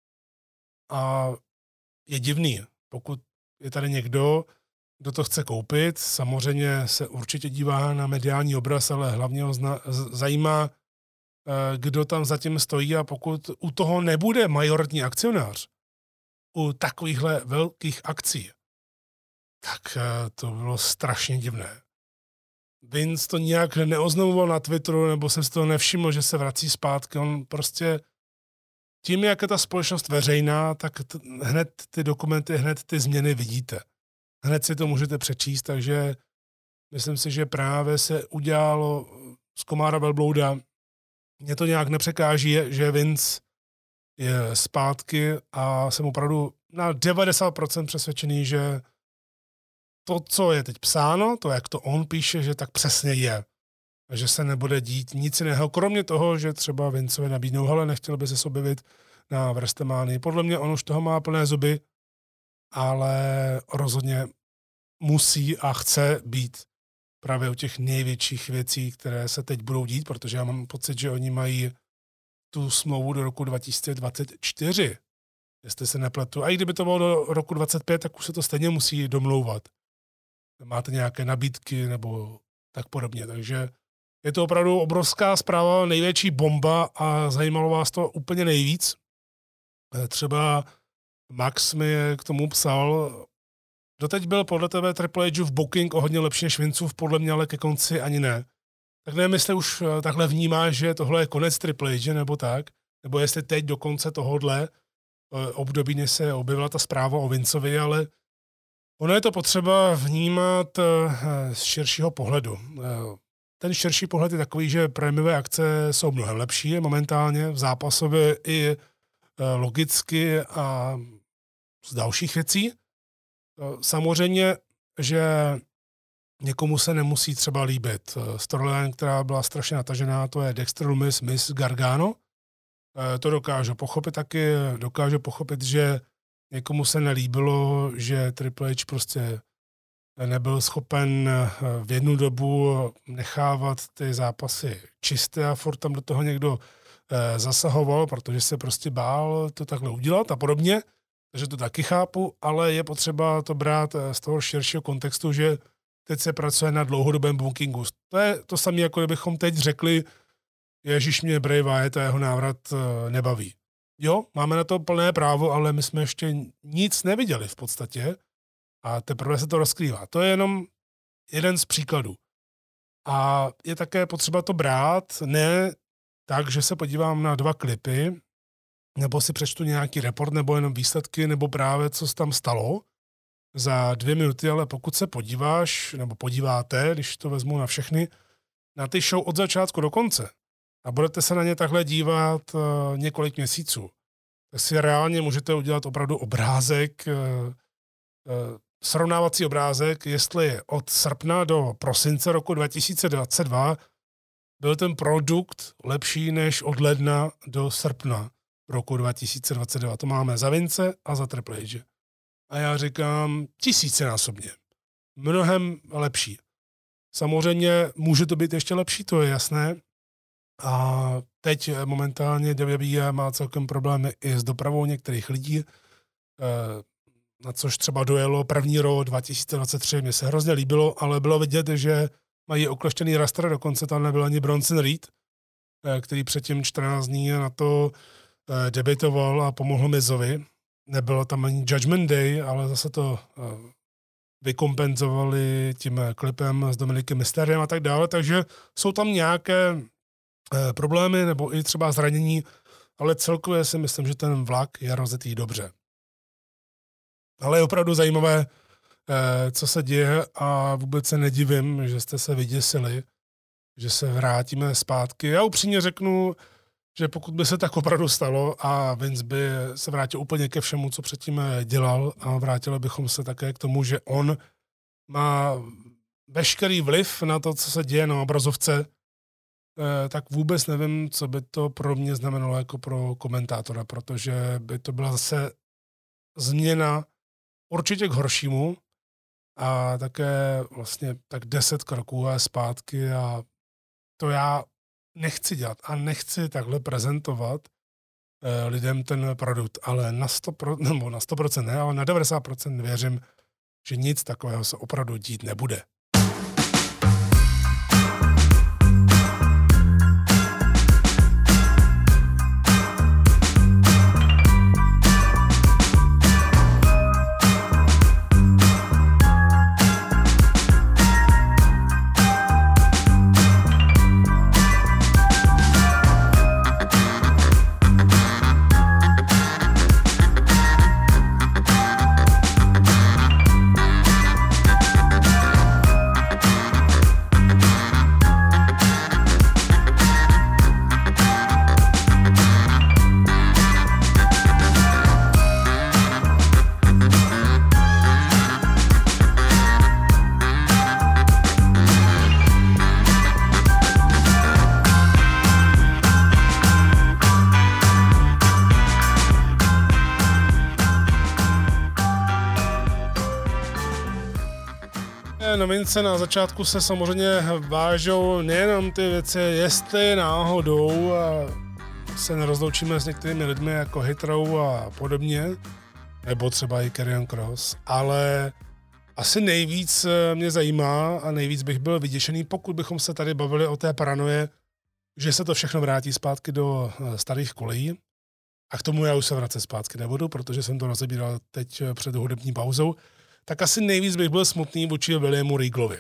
a je divný, pokud je tady někdo, kdo to chce koupit, samozřejmě se určitě dívá na mediální obraz, ale hlavně ho zajímá, kdo tam zatím stojí, a pokud u toho nebude majoritní akcionář, u takovýchhle velkých akcí, tak to bylo strašně divné. Vince to nijak neoznamoval na Twitteru, nebo jsem si to nevšiml, že se vrací zpátky. On prostě tím, jak je ta společnost veřejná, tak hned ty dokumenty, hned ty změny vidíte. Hned si to můžete přečíst, takže myslím si, že právě se udělalo z komára velblouda. Mě to nějak nepřekáží, že Vince je zpátky a jsem opravdu na 90% přesvědčený, že to, co je teď psáno, to, jak to on píše, že tak přesně je. A že se nebude dít nic jiného, kromě toho, že třeba Vinceovi nabídnou, ale nechtěl by se objevit na WrestleManii. Podle mě on už toho má plné zuby, ale rozhodně musí a chce být právě u těch největších věcí, které se teď budou dít, protože já mám pocit, že oni mají tu smlouvu do roku 2024, jestli se nepletu. A i kdyby to bylo do roku 2025, tak už se to stejně musí domlouvat. Máte nějaké nabídky nebo tak podobně. Takže je to opravdu obrovská zpráva, největší bomba a zajímalo vás to úplně nejvíc. Třeba Max mi k tomu psal, doteď byl podle tebe Triple H v booking o hodně lepší než Vinceův, podle mě ale ke konci ani ne. Tak nevím, jestli už takhle vnímáš, že tohle je konec Triple H, nebo tak, nebo jestli teď do konce tohohle období, než se objevila ta zpráva o Vinceovi, ale ono je to potřeba vnímat z širšího pohledu. Ten širší pohled je takový, že prémiové akce jsou mnohem lepší momentálně v zápasově i logicky a z dalších věcí. Samozřejmě, že někomu se nemusí třeba líbit. Storyline, která byla strašně natažená, to je Dexter Lumis, Miss Gargano. To dokážu pochopit taky. Dokážu pochopit, že někomu se nelíbilo, že Triple H prostě nebyl schopen v jednu dobu nechávat ty zápasy čisté a furt tam do toho někdo zasahoval, protože se prostě bál to takhle udělat a podobně. Takže to taky chápu, ale je potřeba to brát z toho širšího kontextu, že teď se pracuje na dlouhodobém bookingu. To je to samé, jako kdybychom teď řekli, Ježíš, mě Bray Wyatt a jeho návrat nebaví. Jo, máme na to plné právo, ale my jsme ještě nic neviděli v podstatě a teprve se to rozkrývá. To je jenom jeden z příkladů. A je také potřeba to brát ne tak, že se podívám na 2 klipy, nebo si přečtu nějaký report, nebo jenom výsledky, nebo právě co se tam stalo za 2 minuty, ale pokud se podíváš, nebo podíváte, když to vezmu na všechny, na ty show od začátku do konce a budete se na ně takhle dívat několik měsíců, tak si reálně můžete udělat opravdu obrázek, srovnávací obrázek, jestli od srpna do prosince roku 2022 byl ten produkt lepší než od ledna do srpna roku 2022. To máme za Vince a za Triple H. A já říkám 1000násobně. Mnohem lepší. Samozřejmě může to být ještě lepší, to je jasné. A teď momentálně WWE má celkem problémy i s dopravou některých lidí, na což třeba dojelo první rok 2023. Mně se hrozně líbilo, ale bylo vidět, že mají okleštěný raster, dokonce tam nebyl ani Bronson Reed, který předtím 14 dní na to debitoval a pomohl Mizovi. Nebylo tam ani Judgment Day, ale zase to vykompenzovali tím klipem s Dominikem Mysteriem a tak dále, takže jsou tam nějaké problémy nebo i třeba zranění, ale celkově si myslím, že ten vlak je rozjetý dobře. Ale je opravdu zajímavé, co se děje a vůbec se nedivím, že jste se vyděsili, že se vrátíme zpátky. Já upřímně řeknu, že pokud by se tak opravdu stalo a Vince by se vrátil úplně ke všemu, co předtím dělal a vrátili bychom se také k tomu, že on má veškerý vliv na to, co se děje na obrazovce, tak vůbec nevím, co by to pro mě znamenalo jako pro komentátora, protože by to byla zase změna určitě k horšímu a také vlastně tak 10 kroků a zpátky a to já nechci dělat a nechci takhle prezentovat lidem ten produkt, ale na 100% ne, ale na 90% věřím, že nic takového se opravdu dít nebude. Novince na začátku se samozřejmě vážou nejenom ty věci, jestli náhodou se nerozloučíme s některými lidmi jako Hitrou a podobně, nebo třeba i Karrion Kross, ale asi nejvíc mě zajímá a nejvíc bych byl vyděšený, pokud bychom se tady bavili o té paranoje, že se to všechno vrátí zpátky do starých kolejí. A k tomu já už se vracet zpátky nebudu, protože jsem to rozebíral teď před hudební pauzou. Tak asi nejvíc bych byl smutný vůči Williamu Regalovi.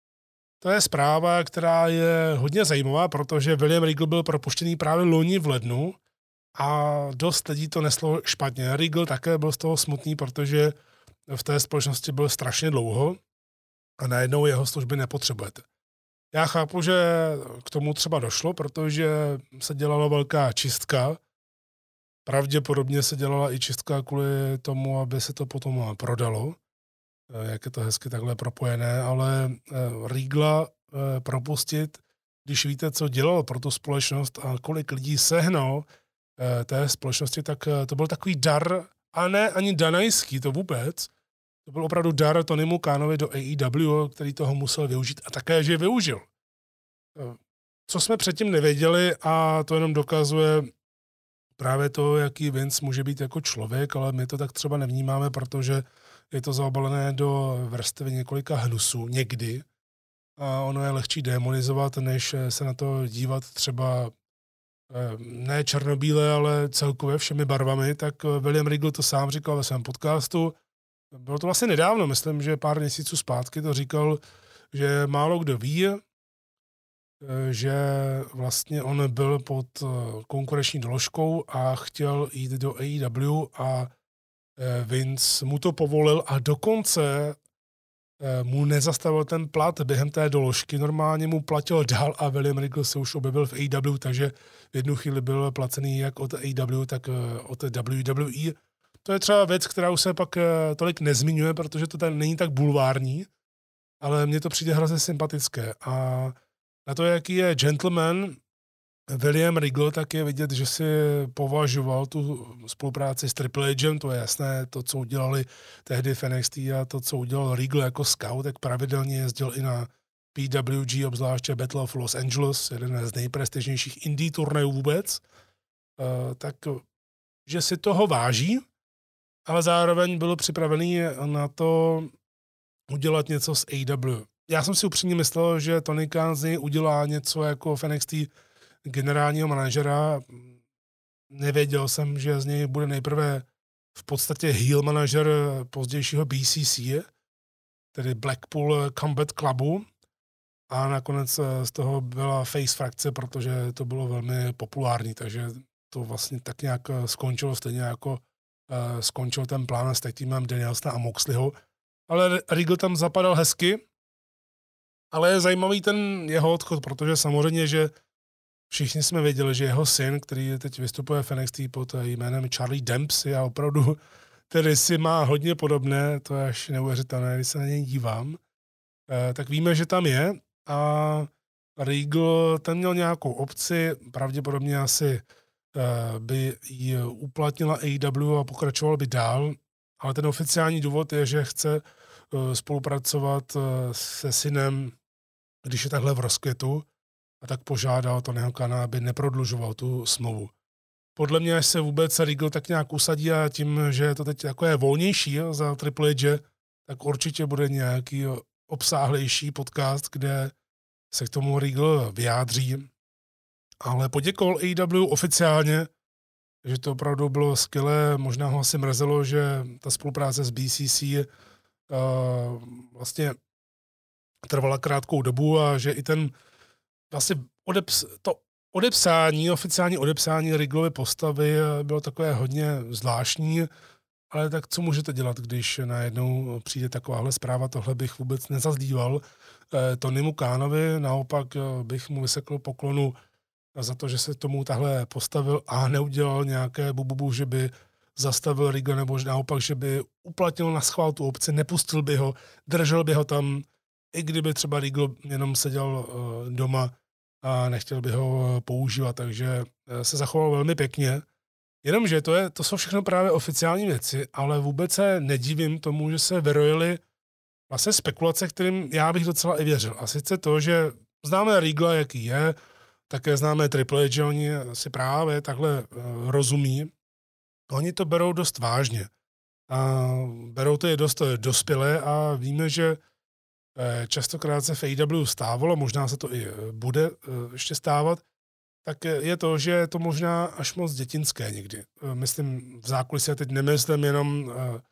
To je zpráva, která je hodně zajímavá, protože William Regal byl propuštěný právě loni v lednu a dost lidí to neslo špatně. Regal také byl z toho smutný, protože v té společnosti byl strašně dlouho a najednou jeho služby nepotřebujete. Já chápu, že k tomu třeba došlo, protože se dělala velká čistka. Pravděpodobně se dělala i čistka kvůli tomu, aby se to potom prodalo. Jak je to hezky takhle propojené, ale Regala propustit, když víte, co dělal pro tu společnost a kolik lidí sehnal té společnosti, tak to byl takový dar, a ne ani danajský, to vůbec. To byl opravdu dar Tonymu Khanovi do AEW, který toho musel využít a také, že využil. Co jsme předtím nevěděli a to jenom dokazuje právě to, jaký Vince může být jako člověk, ale my to tak třeba nevnímáme, protože je to zaobalené do vrstvy několika hnusů někdy a ono je lehčí demonizovat, než se na to dívat třeba ne černobíle, ale celkově všemi barvami, tak William Regal to sám říkal ve svém podcastu. Bylo to vlastně nedávno, myslím, že pár měsíců zpátky to říkal, že málo kdo ví, že vlastně on byl pod konkurenční doložkou a chtěl jít do AEW a Vince mu to povolil a dokonce mu nezastavil ten plat během té doložky. Normálně mu platil dál a William Regal se už objevil v AEW, takže v jednu chvíli byl placený jak od AEW, tak od WWE. To je třeba věc, která už se pak tolik nezmiňuje, protože to tady není tak bulvární, ale mně to přijde hrozně sympatické. A na to, jaký je gentleman William Regal, tak je vidět, že si považoval tu spolupráci s Triple H'em, to je jasné, to, co udělali tehdy v NXT a to, co udělal Regal jako scout, tak pravidelně jezdil i na PWG, obzvláště Battle of Los Angeles, jeden z nejprestižnějších indie turnajů vůbec, tak že si toho váží, ale zároveň byl připravený na to udělat něco s AEW. Já jsem si upřímně myslel, že Tony Khan z něj udělá něco jako v NXT generálního manažera. Nevěděl jsem, že z něj bude nejprve v podstatě heel manažer pozdějšího BCC, tedy Blackpool Combat Clubu, a nakonec z toho byla face frakce, protože to bylo velmi populární, takže to vlastně tak nějak skončilo, stejně jako skončil ten plán s týmem Danielsona a Moxleyho. Ale Regal tam zapadal hezky, ale je zajímavý ten jeho odchod, protože samozřejmě, že všichni jsme věděli, že jeho syn, který teď vystupuje v NXT pod jménem Charlie Dempsey a opravdu tedy si má hodně podobné, to je až neuvěřitelné, když se na něj dívám, tak víme, že tam je a Regal, ten měl nějakou opci, pravděpodobně asi by ji uplatnila AEW a pokračoval by dál, ale ten oficiální důvod je, že chce spolupracovat se synem, když je takhle v rozkvětu, a tak požádal Tonyho Khana, aby neprodlužoval tu smlouvu. Podle mě, až se vůbec Regal tak nějak usadí a tím, že je to teď takové volnější za Triple H, tak určitě bude nějaký obsáhlejší podcast, kde se k tomu Regal vyjádří. Ale poděkoval AEW oficiálně, že to opravdu bylo skvělé. Možná ho asi mrzelo, že ta spolupráce s BCC vlastně trvala krátkou dobu a že i ten vlastně oficiální odepsání Regalovy postavy bylo takové hodně zvláštní, ale tak co můžete dělat, když najednou přijde takováhle zpráva, tohle bych vůbec nezazdíval Tonymu Khanovi, naopak bych mu vysekl poklonu za to, že se tomu tahle postavil a neudělal nějaké bububu, že by zastavil Regal, nebo naopak, že by uplatnil na schvál tu opci, nepustil by ho, držel by ho tam, i kdyby třeba Regal jenom seděl doma a nechtěl by ho používat, takže se zachoval velmi pěkně. Jenomže to jsou všechno právě oficiální věci, ale vůbec se nedivím tomu, že se vyrojily vlastně spekulace, kterým já bych docela i věřil. A sice to, že známe Regala, jaký je, také známe Triple H, že oni si právě takhle rozumí. Oni to berou dost vážně. A berou to je dost dospělé a víme, že častokrát se v AEW stávalo, možná se to i bude ještě stávat, tak je to, že je to možná až moc dětinské někdy. Myslím, v zákulisí, teď nemyslím jenom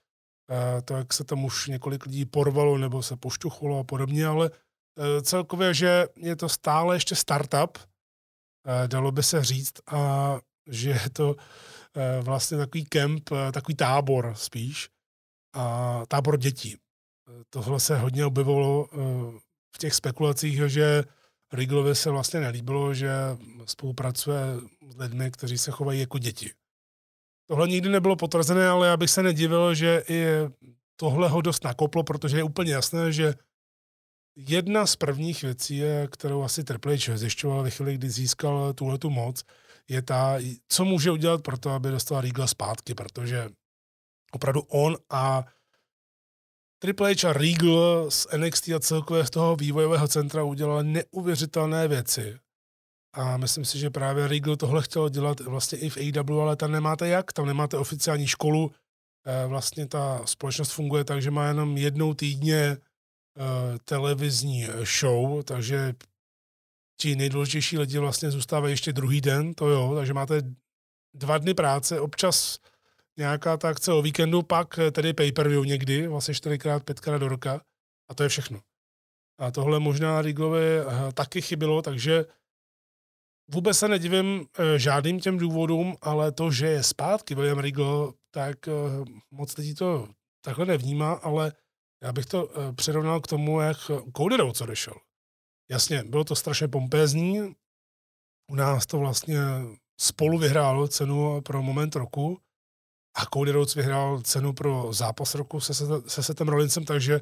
to, jak se tam už několik lidí porvalo nebo se pošťuchlo a podobně, ale celkově, že je to stále ještě startup, dalo by se říct, a že je to vlastně takový kemp, takový tábor spíš, a tábor dětí. Tohle se hodně objevilo v těch spekulacích, že Regalovi se vlastně nelíbilo, že spolupracuje s lidmi, kteří se chovají jako děti. Tohle nikdy nebylo potvrzené, ale já bych se nedivil, že i tohle ho dost nakoplo, protože je úplně jasné, že jedna z prvních věcí, kterou asi Triple H zjišťoval ve chvíli, kdy získal tuhletu moc, je ta, co může udělat pro to, aby dostal Regala zpátky, protože opravdu on a Triple H a Regal z NXT a celkově z toho vývojového centra udělali neuvěřitelné věci. A myslím si, že právě Regal tohle chtěl dělat vlastně i v AEW, ale tam nemáte jak, tam nemáte oficiální školu. Vlastně ta společnost funguje tak, že má jenom jednou týdně televizní show, takže ti nejdůležitější lidi vlastně zůstávají ještě druhý den, to jo, takže máte 2 dny práce, občas nějaká ta akce o víkendu, pak tedy pay-per-view někdy, vlastně 4x, 5x do roka a to je všechno. A tohle možná Regalovi taky chybilo, takže vůbec se nedivím žádným těm důvodům, ale to, že je zpátky William Regal, tak moc lidí to takhle nevnímá, ale já bych to přirovnal k tomu, jak Cody Rhodes odešel. Jasně, bylo to strašně pompézní, u nás to vlastně spolu vyhrálo cenu pro moment roku a Cody Rhodes vyhrál cenu pro zápas roku se Sethem Rollinsem, takže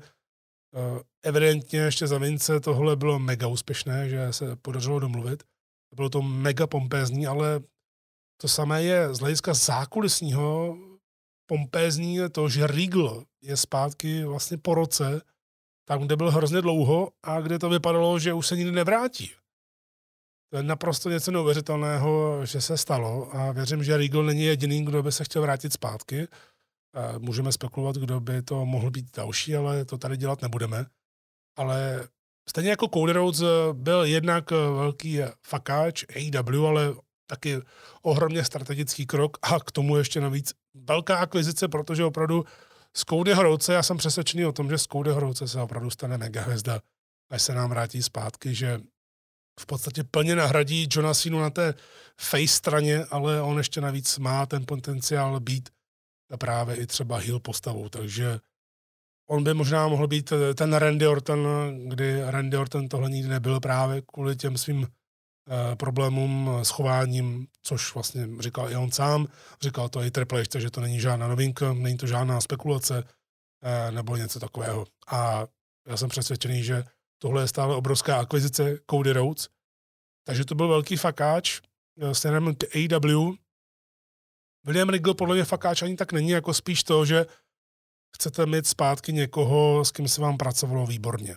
evidentně ještě za Vince tohle bylo mega úspěšné, že se podařilo domluvit. Bylo to mega pompézní, ale to samé je z hlediska zákulisního pompézní to, že Regal je zpátky vlastně po roce, tam, kde byl hrozně dlouho a kde to vypadalo, že už se nikdy nevrátí. To je naprosto něco neuvěřitelného, že se stalo a věřím, že Regal není jediný, kdo by se chtěl vrátit zpátky. Můžeme spekulovat, kdo by to mohl být další, ale to tady dělat nebudeme. Ale stejně jako Cody Rhodes byl jednak velký fakáč AEW, ale taky ohromně strategický krok a k tomu ještě navíc velká akvizice, protože opravdu z Codyho Rhodese, já jsem přesvědčený o tom, že z Codyho Rhodese se opravdu stane mega hvězda, až se nám vrátí zpátky, že v podstatě plně nahradí Johna Cenu na té face straně, ale on ještě navíc má ten potenciál být právě i třeba heel postavou, takže on by možná mohl být ten Randy Orton, kdy Randy Orton tohle nikdy nebyl právě kvůli těm svým problémům s chováním, což vlastně říkal i on sám, říkal to i Triple H, takže to není žádná novinka, není to žádná spekulace nebo něco takového. A já jsem přesvědčený, že Tohle je stále obrovská akvizice Cody Rhodes. Takže to byl velký fakáč směrem k AEW. William Regal podle mě fakáč ani tak není, jako spíš to, že chcete mít zpátky někoho, s kým se vám pracovalo výborně.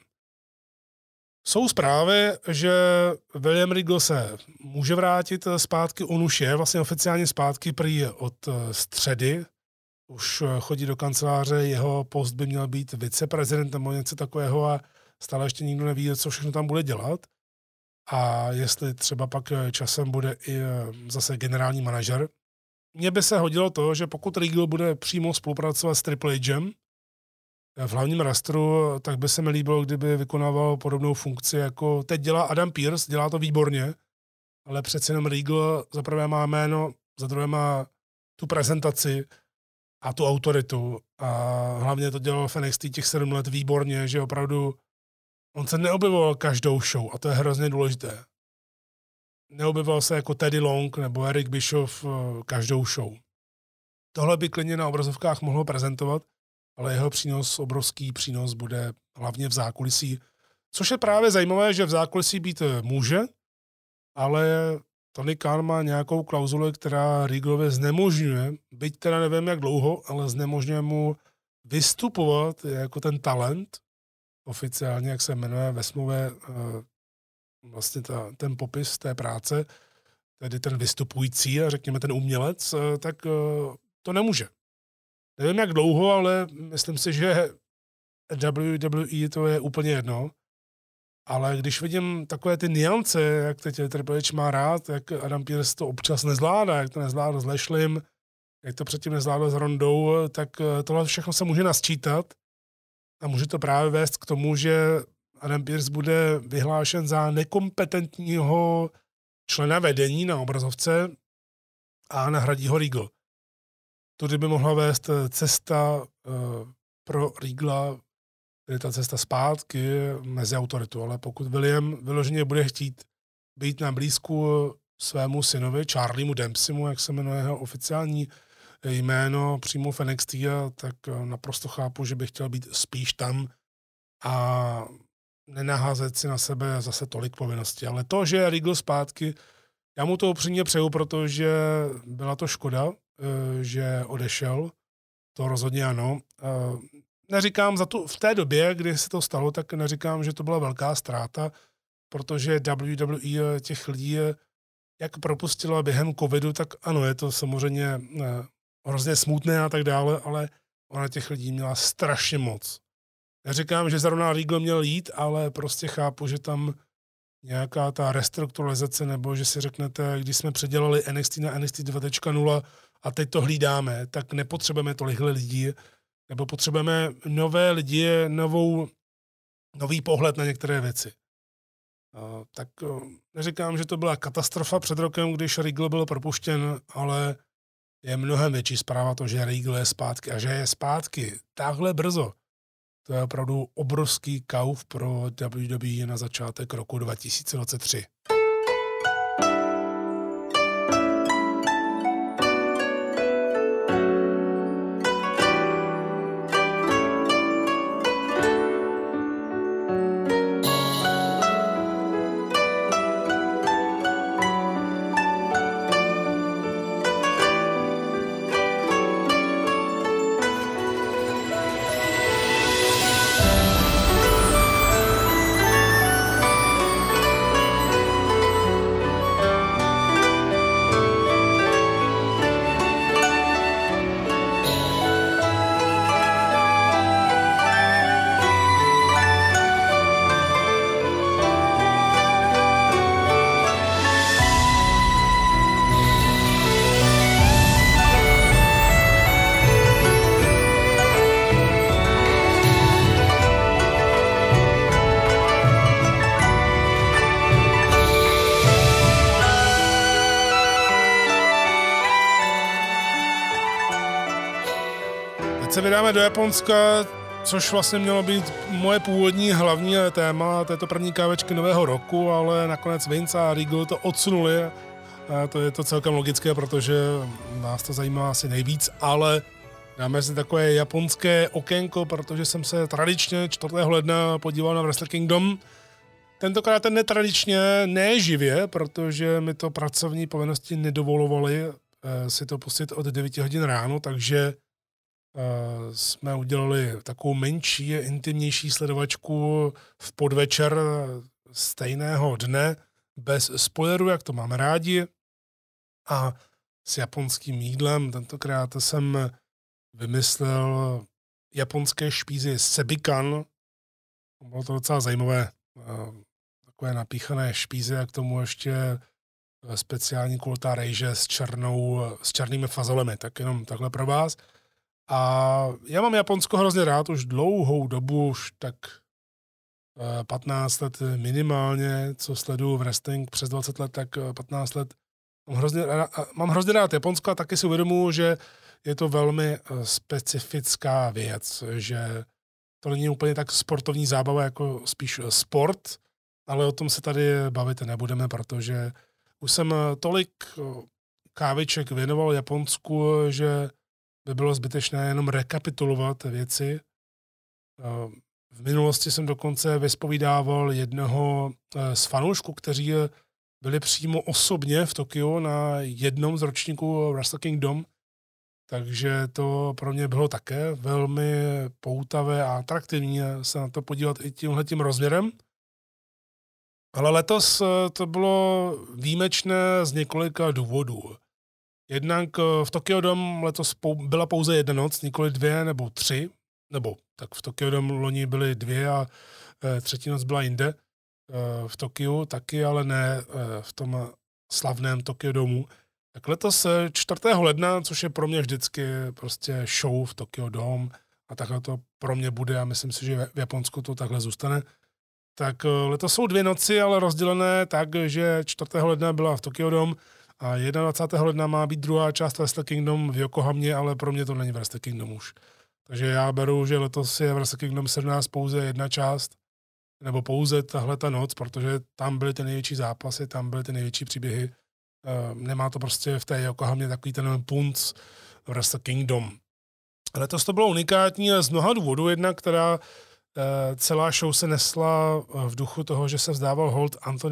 Jsou zprávy, že William Regal se může vrátit zpátky, on už je vlastně oficiálně zpátky prý od středy, už chodí do kanceláře, jeho post by měl být viceprezident nebo něco takového a stále ještě nikdo neví, co všechno tam bude dělat a jestli třeba pak časem bude i zase generální manažer. Mně by se hodilo to, že pokud Regal bude přímo spolupracovat s Triple H'em v hlavním rastru, tak by se mi líbilo, kdyby vykonával podobnou funkci, jako teď dělá Adam Pearce, dělá to výborně, ale přece jenom Regal za prvé má jméno, za druhé má tu prezentaci a tu autoritu a hlavně to dělal v NXT těch 7 let výborně, že opravdu on se neobjevoval každou show a to je hrozně důležité. Neobjevoval se jako Teddy Long nebo Eric Bischoff každou show. Tohle by klidně na obrazovkách mohlo prezentovat, ale jeho obrovský přínos bude hlavně v zákulisí, což je právě zajímavé, že v zákulisí být může, ale Tony Khan má nějakou klauzuli, která Regalovi znemožňuje, byť teda nevím jak dlouho, ale znemožňuje mu vystupovat jako ten talent, oficiálně, jak se jmenuje ve smlouvě vlastně ten popis té práce, tedy ten vystupující a řekněme ten umělec, tak to nemůže. Nevím jak dlouho, ale myslím si, že WWE to je úplně jedno. Ale když vidím takové ty nuance, jak teď Triple H má rád, jak Adam Pearce to občas nezvládá, jak to nezvládl s Lashlem, jak to předtím nezvládl s Rondou, tak tohle všechno se může nasčítat a může to právě vést k tomu, že Adam Pearce bude vyhlášen za nekompetentního člena vedení na obrazovce a nahradí ho Regal. Tudy by mohla vést cesta pro Regala, tedy ta cesta zpátky mezi autoritu, ale pokud William vyloženě bude chtít být na blízku svému synovi, Charliemu Dempseymu, jak se jmenuje jeho oficiální jméno přímo v NXT, tak naprosto chápu, že by chtěl být spíš tam a nenaházet si na sebe zase tolik povinností. Ale to, že je Regal zpátky, já mu to upřímně přeju, protože byla to škoda, že odešel. To rozhodně ano. Neříkám v té době, kdy se to stalo, tak neříkám, že to byla velká ztráta, protože WWE těch lidí jak propustila během covidu, tak ano, je to samozřejmě hrozně smutné a tak dále, ale ona těch lidí měla strašně moc. Neříkám, že zrovna Regal měl jít, ale prostě chápu, že tam nějaká ta restrukturalizace, nebo že si řeknete, když jsme předělali NXT na NXT 2.0 a teď to hlídáme, tak nepotřebujeme tolik lidí, nebo potřebujeme nové lidi, nový pohled na některé věci. Tak neříkám, že to byla katastrofa před rokem, když Regal byl propuštěn, ale je mnohem větší zpráva to, že Regal je zpátky a že je zpátky takhle brzo. To je opravdu obrovský kauf pro WWE na začátek roku 2023. Se vydáme do Japonska, což vlastně mělo být moje původní hlavní téma této první kávečky nového roku, ale nakonec Vince a Regal to odsunuli. A to je to celkem logické, protože nás to zajímá asi nejvíc, ale Dáme si takové japonské okénko, protože jsem se tradičně 4. ledna podíval na Wrestle Kingdom. Tentokrát netradičně, ne živě, protože mi to pracovní povinnosti nedovolovaly si to pustit od 9 hodin ráno, takže jsme udělali takovou menší, intimnější sledovačku v podvečer stejného dne, bez spoilerů, jak to máme rádi, a s japonským jídlem. Tentokrát jsem vymyslel japonské špízy sebikan. Bylo to docela zajímavé, takové napíchané špízy a k tomu ještě speciální kultá rejže s černými fazolemi, tak jenom takhle pro vás. A já mám Japonsko hrozně rád už dlouhou dobu, už tak 15 let minimálně, co sleduju wrestling přes 20 let, tak 15 let. Mám hrozně rád Japonsko a taky si uvědomuji, že je to velmi specifická věc, že to není úplně tak sportovní zábava, jako spíš sport, ale o tom se tady bavit nebudeme, protože už jsem tolik káviček věnoval Japonsku, že by bylo zbytečné jenom rekapitulovat věci. V minulosti jsem dokonce vyspovídával jednoho z fanoušků, kteří byli přímo osobně v Tokiu na jednom z ročníků Wrestle Kingdom, takže to pro mě bylo také velmi poutavé a atraktivní se na to podívat i tímhletím rozměrem. Ale letos to bylo výjimečné z několika důvodů. Jednak v Tokyo Dome letos byla pouze jedna noc, nikoli 2 nebo 3, nebo tak v Tokyo Dome loni byly 2 a třetí noc byla jinde. V Tokiu taky, ale ne v tom slavném Tokyo Domu. Tak letos 4. ledna, což je pro mě vždycky prostě show v Tokyo Dome a takhle to pro mě bude a myslím si, že v Japonsku to takhle zůstane. Tak letos jsou 2 noci, ale rozdělené tak, že 4. ledna byla v Tokyo Dome a 21. ledna má být druhá část Wrestle Kingdom v Yokohamě, ale pro mě to není Wrestle Kingdom už. Takže já beru, že letos je Wrestle Kingdom 17 pouze jedna část, nebo pouze tahle ta noc, protože tam byly ty největší zápasy, tam byly ty největší příběhy. Nemá to prostě v té Yokohamě takový ten punc Wrestle Kingdom. Letos to bylo unikátní z mnoha důvodů, jednak která celá show se nesla v duchu toho, že se vzdával hold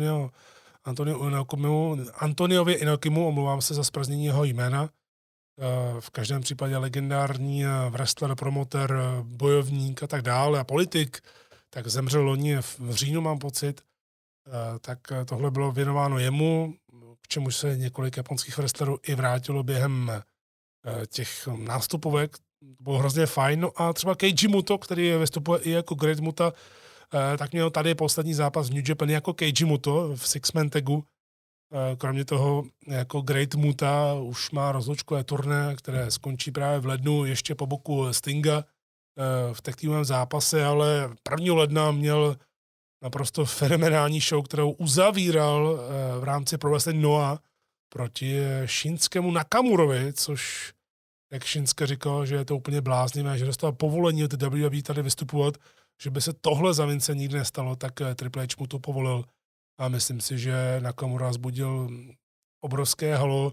Antoniovi Inokimu, omlouvám se za zpraznění jeho jména. V každém případě legendární wrestler, promoter, bojovník a tak dále a politik, tak zemřel loni v říjnu, mám pocit. Tak tohle bylo věnováno jemu, k čemu se několik japonských wrestlerů i vrátilo během těch nástupovek. To bylo hrozně fajn. No a třeba Keiji Muto, který vystupuje i jako Great Muta, tak měl tady poslední zápas v New Japan jako Keiji Muto v Six-Man tagu. Kromě toho jako Great Muta už má rozlučkové turné, které skončí právě v lednu ještě po boku Stinga v tag teamovém zápase, ale 1. ledna měl naprosto fenomenální show, kterou uzavíral v rámci Pro Wrestling Noah proti Shinskému Nakamurovi, což jak Shinsuke říkal, že je to úplně bláznivé, že dostal povolení od WWE tady vystupovat, že by se tohle za Vince nikdy nestalo, tak Triple H mu to povolil a myslím si, že Nakamura vzbudil obrovské halo.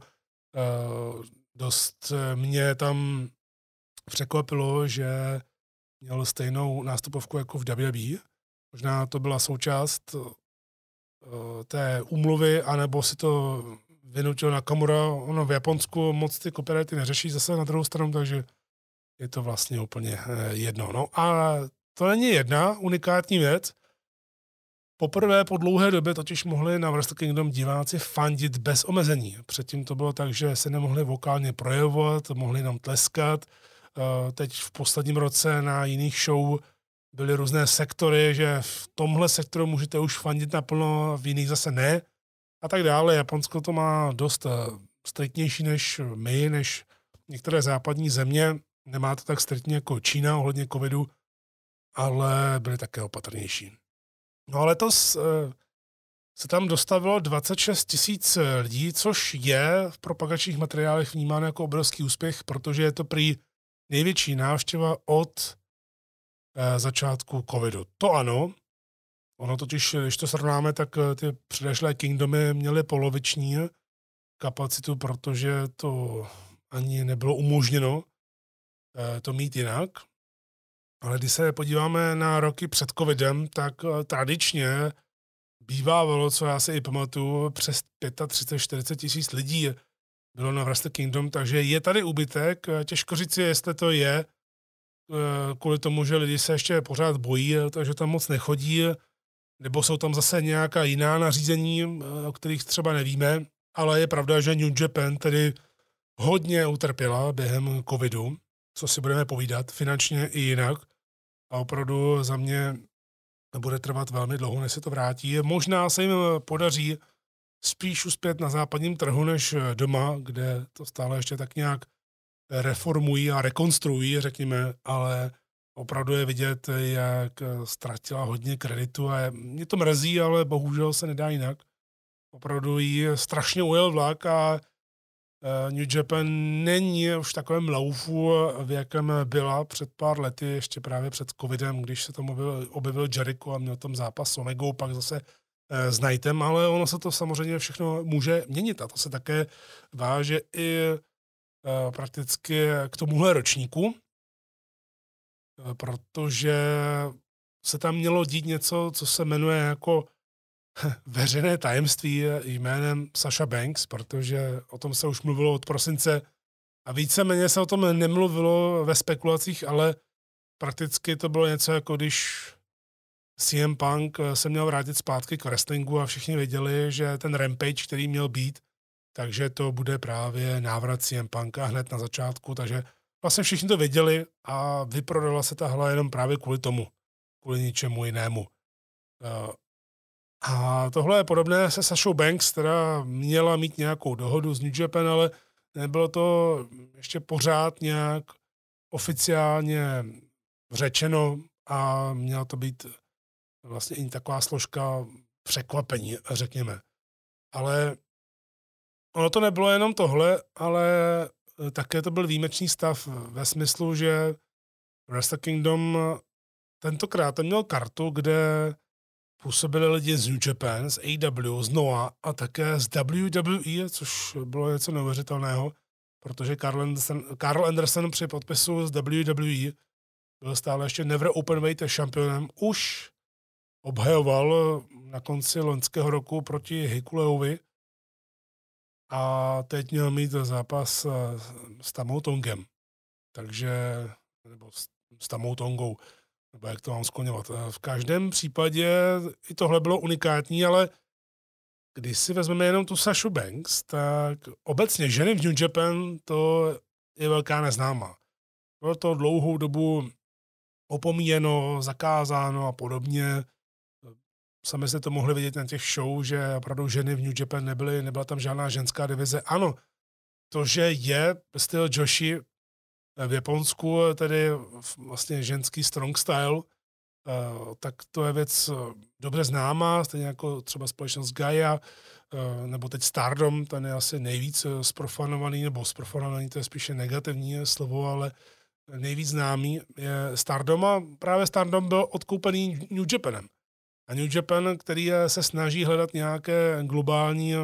Dost mě tam překvapilo, že měl stejnou nástupovku jako v WWE. Možná to byla součást té úmluvy, anebo si to vynutil Nakamura. Ono v Japonsku moc ty copyrighty neřeší zase na druhou stranu, takže je to vlastně úplně jedno. No a to není jedna unikátní věc. Poprvé po dlouhé době totiž mohli na Wrestle Kingdom diváci fandit bez omezení. Předtím to bylo tak, že se nemohli vokálně projevovat, mohli nám tleskat. Teď v posledním roce na jiných show byly různé sektory, že v tomhle sektoru můžete už fandit naplno, v jiných zase ne a tak dále. Japonsko to má dost striktnější než my, než některé západní země. Nemá to tak striktně jako Čína ohledně covidu, ale byly také opatrnější. No a letos se tam dostavilo 26 000 lidí, což je v propagačních materiálech vnímáno jako obrovský úspěch, protože je to prý největší návštěva od začátku covidu. To ano, ono totiž, když to srovnáme, tak ty předešlé Kingdomy měly poloviční kapacitu, protože to ani nebylo umožněno to mít jinak. Ale když se podíváme na roky před covidem, tak tradičně bývávalo, co já si i pamatuju, přes 35-40 tisíc lidí bylo na Wrestle Kingdom, takže je tady úbytek. Těžko říct si, jestli to je kvůli tomu, že lidi se ještě pořád bojí, takže tam moc nechodí, nebo jsou tam zase nějaká jiná nařízení, o kterých třeba nevíme, ale je pravda, že New Japan tedy hodně utrpěla během covidu, co si budeme povídat, finančně i jinak. A opravdu za mě bude trvat velmi dlouho, než se to vrátí. Možná se jim podaří spíš uspět na západním trhu, než doma, kde to stále ještě tak nějak reformují a rekonstruují, řekněme, ale opravdu je vidět, jak ztratila hodně kreditu a mě to mrzí, ale bohužel se nedá jinak. Opravdu jí strašně ujel vlak a New Japan není už v takovém laufu, v jakém byla před pár lety, ještě právě před covidem, když se tam objevil Jericho a měl tam zápas s Omegou, pak zase s Knightem, ale ono se to samozřejmě všechno může měnit a to se také váže i prakticky k tomuhle ročníku, protože se tam mělo dít něco, co se jmenuje jako veřejné tajemství jménem Sasha Banks, protože o tom se už mluvilo od prosince a víceméně se o tom nemluvilo ve spekulacích, ale prakticky to bylo něco jako když CM Punk se měl vrátit zpátky k wrestlingu a všichni věděli, že ten Rampage, který měl být, takže to bude právě návrat CM Punka hned na začátku, takže vlastně všichni to věděli a vyprodala se ta hala jenom právě kvůli tomu, kvůli ničemu jinému. A tohle je podobné se Sashou Banks, která měla mít nějakou dohodu s New Japan, ale nebylo to ještě pořád nějak oficiálně řečeno a měla to být vlastně i taková složka překvapení, řekněme. Ale ono to nebylo jenom tohle, ale také to byl výjimečný stav ve smyslu, že Wrestle Kingdom tentokrát měl kartu, kde působili lidi z New Japan, z AEW, z NOAH a také z WWE, což bylo něco neuvěřitelného, protože Carl Anderson při podpisu z WWE byl stále ještě Never Openweight šampionem, už obhajoval na konci loňského roku proti Hikuleovi a teď měl mít zápas s Tamou Tongem, takže, nebo s Tamou Tongou, nebo jak to mám skloňovat. V každém případě i tohle bylo unikátní, ale když si vezmeme jenom tu Sashu Banks, tak obecně ženy v New Japan to je velká neznámá. Bylo to dlouhou dobu opomíjeno, zakázáno a podobně. Sami jste to mohli vidět na těch show, že opravdu ženy v New Japan nebyla tam žádná ženská divize. Ano, to, že je styl Joshi v Japonsku, tedy vlastně ženský strong style, tak to je věc dobře známá, stejně jako třeba společnost Gaia, nebo teď Stardom, ten je asi nejvíc zprofanovaný, nebo zprofanovaný, to je spíše negativní slovo, ale nejvíc známý je Stardom a právě Stardom byl odkoupený New Japanem. A New Japan, který se snaží hledat nějaké globální,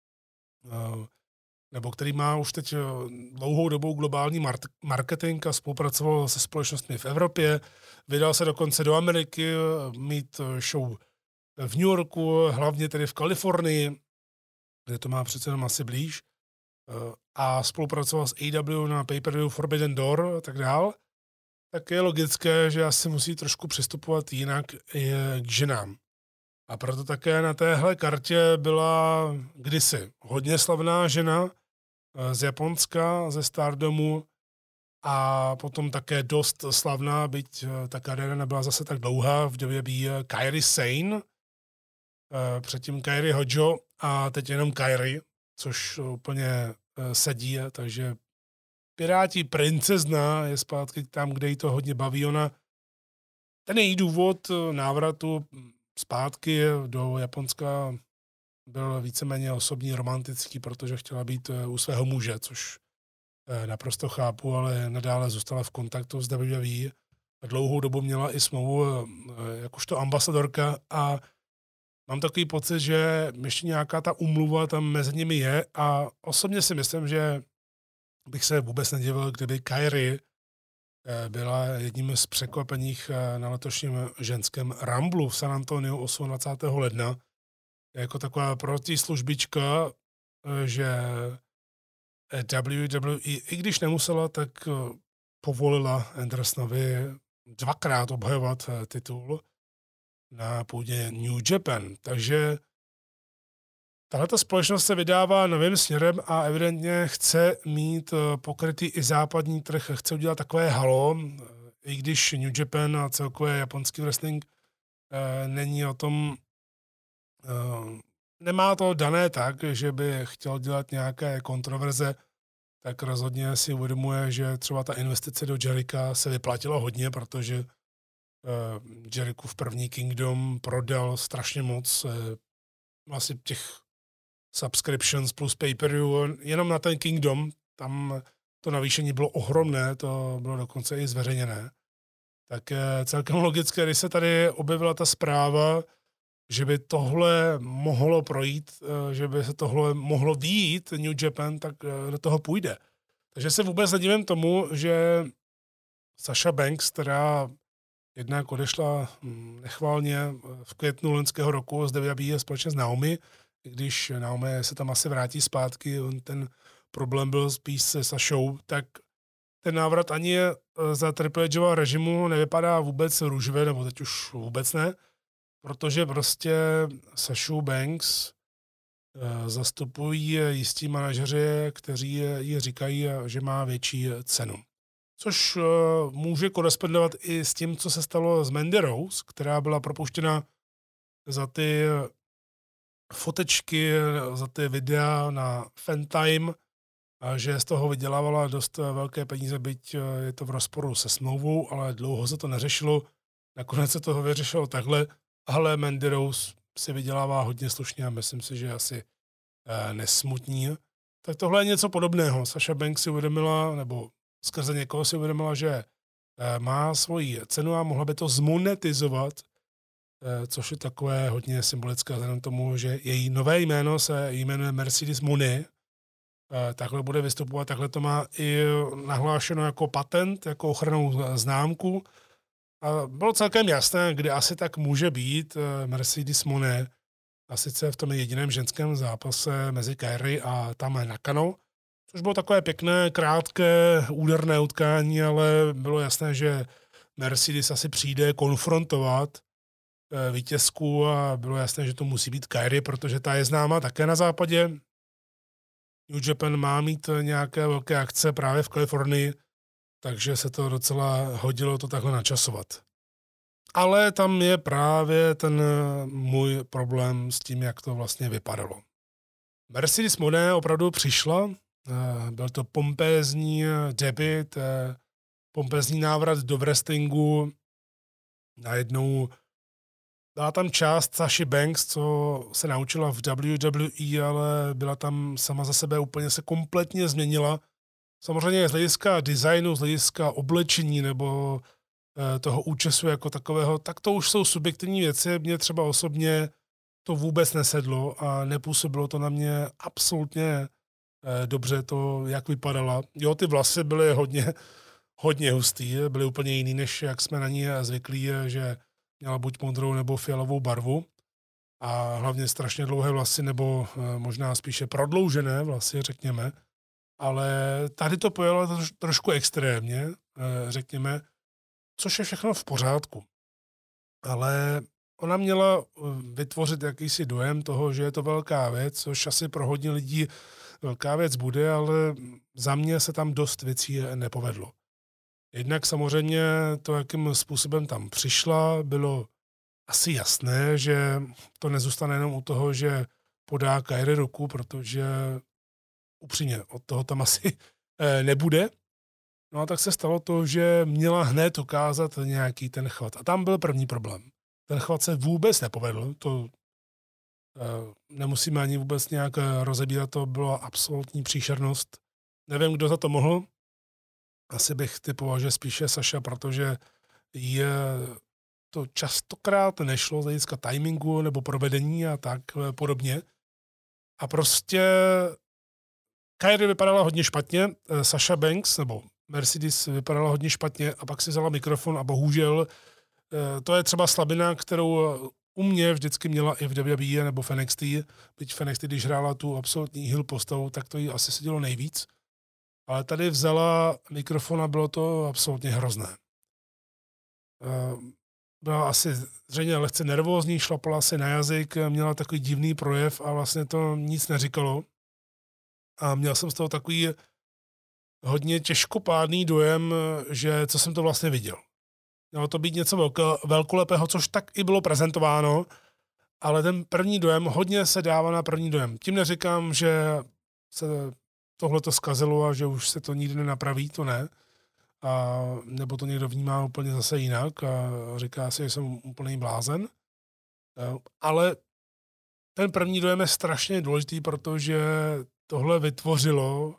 nebo který má už teď dlouhou dobu globální marketing a spolupracoval se společnostmi v Evropě, vydal se dokonce do Ameriky mít show v New Yorku, hlavně tedy v Kalifornii, kde to má přece jenom asi blíž, a spolupracoval s AEW na pay-per-view Forbidden Door a tak dál, tak je logické, že asi musí trošku přistupovat jinak i k ženám. A proto také na téhle kartě byla kdysi hodně slavná žena z Japonska, ze Stardomu a potom také dost slavná, byť ta kariéra nebyla zase tak dlouhá, v WWE Kairi Sane, předtím Kairi Hojo a teď jenom Kairi, což úplně sedí, takže Pirátí princezna je zpátky tam, kde jí to hodně baví. Ten její důvod návratu zpátky do Japonska byl víceméně osobní, romantický, protože chtěla být u svého muže, což naprosto chápu, ale nadále zůstala v kontaktu s WWE. Dlouhou dobu měla i smlouvu jakožto ambasadorka a mám takový pocit, že ještě nějaká ta umluva tam mezi nimi je a osobně si myslím, že bych se vůbec nedivil, kdyby Kairi byla jedním z překvapeních na letošním ženském Ramblu v San Antoniu 28. ledna. Jako taková protislužbička, že WWE, i když nemusela, tak povolila Andersonovi dvakrát obhajovat titul na půdě New Japan. Takže tahleta společnost se vydává novým směrem a evidentně chce mít pokrytý i západní trh, chce udělat takové halo, i když New Japan a celkově japonský wrestling není o tom, nemá to dané tak, že by chtěl dělat nějaké kontroverze, tak rozhodně si uvědomuje, že třeba ta investice do Jericha se vyplatila hodně, protože Jerichův první Kingdom prodal strašně moc vlastně těch subscriptions plus pay-per-view, jenom na ten Kingdom, tam to navýšení bylo ohromné, to bylo dokonce i zveřejněné. Tak celkem logické, když se tady objevila ta zpráva, že by tohle mohlo projít, že by se tohle mohlo vyjít New Japan, tak do toho půjde. Takže se vůbec nedivím tomu, že Sasha Banks, která jednak odešla nechválně v květnu loňského roku z WWE společně s Naomi, i když Naomi se tam asi vrátí zpátky, ten problém byl spíš se Sashou, tak ten návrat ani za Triple Hova režimu nevypadá vůbec růžově, nebo teď už vůbec ne, protože prostě Sashu Banks zastupují jistí manažeři, kteří jí říkají, že má větší cenu. Což může korespondovat i s tím, co se stalo s Mandy Rose, která byla propuštěna za ty fotečky, za ty videa na Fantime, a že z toho vydělávala dost velké peníze, byť je to v rozporu se smlouvou, ale dlouho se to neřešilo. Nakonec se toho vyřešilo takhle, ale Mandy Rose si vydělává hodně slušně a myslím si, že je asi nesmutní. Tak tohle je něco podobného. Sasha Banks si uvědomila, nebo skrze někoho si uvědomila, že má svoji cenu a mohla by to zmonetizovat, což je takové hodně symbolické vzhledem tomu, že její nové jméno se jmenuje Mercedes Moné. Takhle bude vystupovat, takhle to má i nahlášeno jako patent, jako ochrannou známku. A bylo celkem jasné, kde asi tak může být Mercedes Moné, a sice v tom jediném ženském zápase mezi Kairi a Tama Nakano, což bylo takové pěkné, krátké, úderné utkání, ale bylo jasné, že Mercedes asi přijde konfrontovat vítězku a bylo jasné, že to musí být Kairi, protože ta je známa také na západě. New Japan má mít nějaké velké akce právě v Kalifornii, takže se to docela hodilo to takhle načasovat. Ale tam je právě ten můj problém s tím, jak to vlastně vypadalo. Mercedes Moné opravdu přišla, byl to pompézní debut, pompézní návrat do wrestlingu. Najednou byla tam část Sashy Banks, co se naučila v WWE, ale byla tam sama za sebe, úplně se kompletně změnila. Samozřejmě z hlediska designu, z hlediska oblečení nebo toho účesu jako takového, tak to už jsou subjektivní věci. Mně třeba osobně to vůbec nesedlo a nepůsobilo to na mě absolutně dobře to, jak vypadala. Jo, ty vlasy byly hodně hustý, byly úplně jiný, než jak jsme na ní zvyklí, že měla buď modrou nebo fialovou barvu a hlavně strašně dlouhé vlasy nebo možná spíše prodloužené vlasy, řekněme. Ale tady to pojelo trošku extrémně, řekněme, což je všechno v pořádku. Ale ona měla vytvořit jakýsi dojem toho, že je to velká věc, což asi pro hodně lidí velká věc bude, ale za mě se tam dost věcí nepovedlo. Jednak samozřejmě to, jakým způsobem tam přišla, bylo asi jasné, že to nezůstane jenom u toho, že podá Kairi ruku, protože upřímně od toho tam asi nebude. No a tak se stalo to, že měla hned ukázat nějaký ten chvat. A tam byl první problém. Ten chvat se vůbec nepovedl, to nemusíme ani vůbec nějak rozebírat, to byla absolutní příšernost. Nevím, kdo za to mohl. Asi bych typoval, že spíše Sasha, protože je to častokrát nešlo z hlediska timingu nebo provedení a tak podobně. A prostě Kairi vypadala hodně špatně. Sasha Banks, nebo Mercedes vypadala hodně špatně a pak si vzala mikrofon a bohužel to je třeba slabina, kterou u mě vždycky měla i v WWE nebo v NXT, byť v NXT, když hrála tu absolutní heel postavu, tak to jí asi sedělo nejvíc. Ale tady vzala mikrofon a bylo to absolutně hrozné. Byla asi zřejmě lehce nervózní, šlapala si na jazyk, měla takový divný projev a vlastně to nic neříkalo. A měl jsem z toho takový hodně těžkopádný dojem, že co jsem to vlastně viděl. Mělo to být něco velkolepého, což tak i bylo prezentováno, ale ten první dojem, hodně se dává na první dojem. Tím neříkám, že se tohle to zkazilo a že už se to nikdy nenapraví, to ne. A nebo to někdo vnímá úplně zase jinak a říká si, že jsem úplný blázen. Ale ten první dojem je strašně důležitý, protože tohle vytvořilo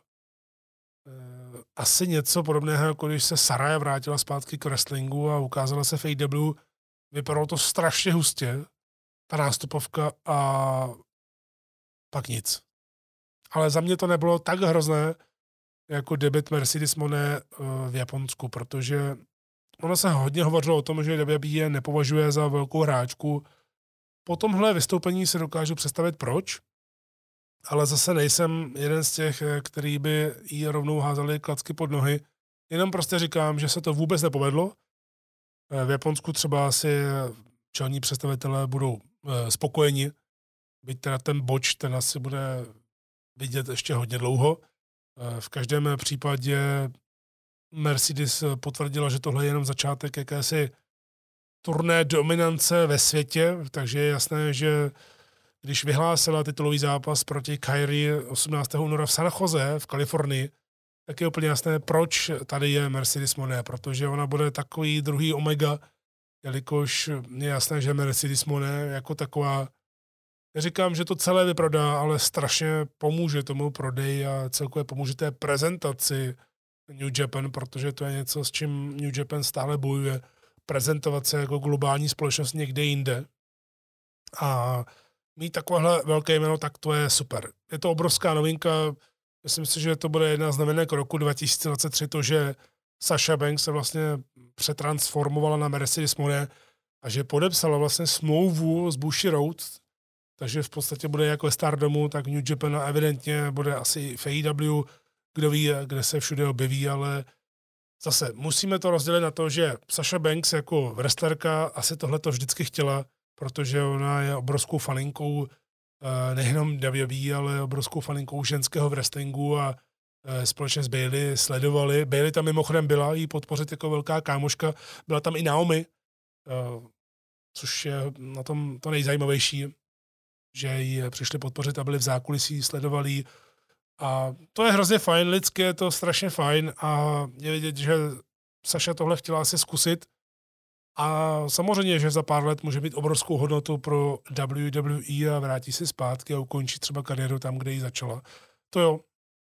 asi něco podobného, jako když se Saraya vrátila zpátky k wrestlingu a ukázala se v AEW. Vypadalo to strašně hustě, ta nástupovka a pak nic. Ale za mě to nebylo tak hrozné, jako debut Mercedes Moné v Japonsku, protože ono se hodně hovořilo o tom, že WWE nepovažuje za velkou hráčku. Po tomhle vystoupení si dokážu představit proč, ale zase nejsem jeden z těch, který by jí rovnou házeli klacky pod nohy. Jenom prostě říkám, že se to vůbec nepovedlo. V Japonsku třeba asi čelní představitelé budou spokojeni, byť teda ten boč, ten asi bude vidět ještě hodně dlouho. V každém případě Mercedes potvrdila, že tohle je jenom začátek jakési turné dominance ve světě, takže je jasné, že když vyhlásila titulový zápas proti Kairi 18. února v San Jose v Kalifornii, tak je úplně jasné, proč tady je Mercedes Moné, protože ona bude takový druhý omega, jelikož je jasné, že Mercedes Moné jako taková, neříkám, že to celé vyprodá, ale strašně pomůže tomu prodeji a celkově pomůže té prezentaci New Japan, protože to je něco, s čím New Japan stále bojuje, prezentovat se jako globální společnost někde jinde. A mít takovéhle velké jméno, tak to je super. Je to obrovská novinka, myslím si, že to bude jedna z novinek roku 2023, to, že Sasha Banks se vlastně přetransformovala na Mercedes Moné a že podepsala vlastně smlouvu s Bushiroad, takže v podstatě bude jako ve Stardomu, tak New Japan evidentně bude asi v AEW, kdo ví, kde se všude objeví, ale zase musíme to rozdělit na to, že Sasha Banks jako wrestlerka asi tohle to vždycky chtěla, protože ona je obrovskou faninkou nejenom WWE, ale obrovskou faninkou ženského wrestlingu a společně s Bayley sledovali. Bayley tam mimochodem byla jí podpořit jako velká kámoška, byla tam i Naomi, což je na tom to nejzajímavější, že ji přišli podpořit a byli v zákulisí, sledovali. A to je hrozně fajn, lidsky je to strašně fajn a je vidět, že Saša tohle chtěla asi zkusit. A samozřejmě, že za pár let může být obrovskou hodnotu pro WWE a vrátí se zpátky a ukončí třeba kariéru tam, kde ji začala. To jo.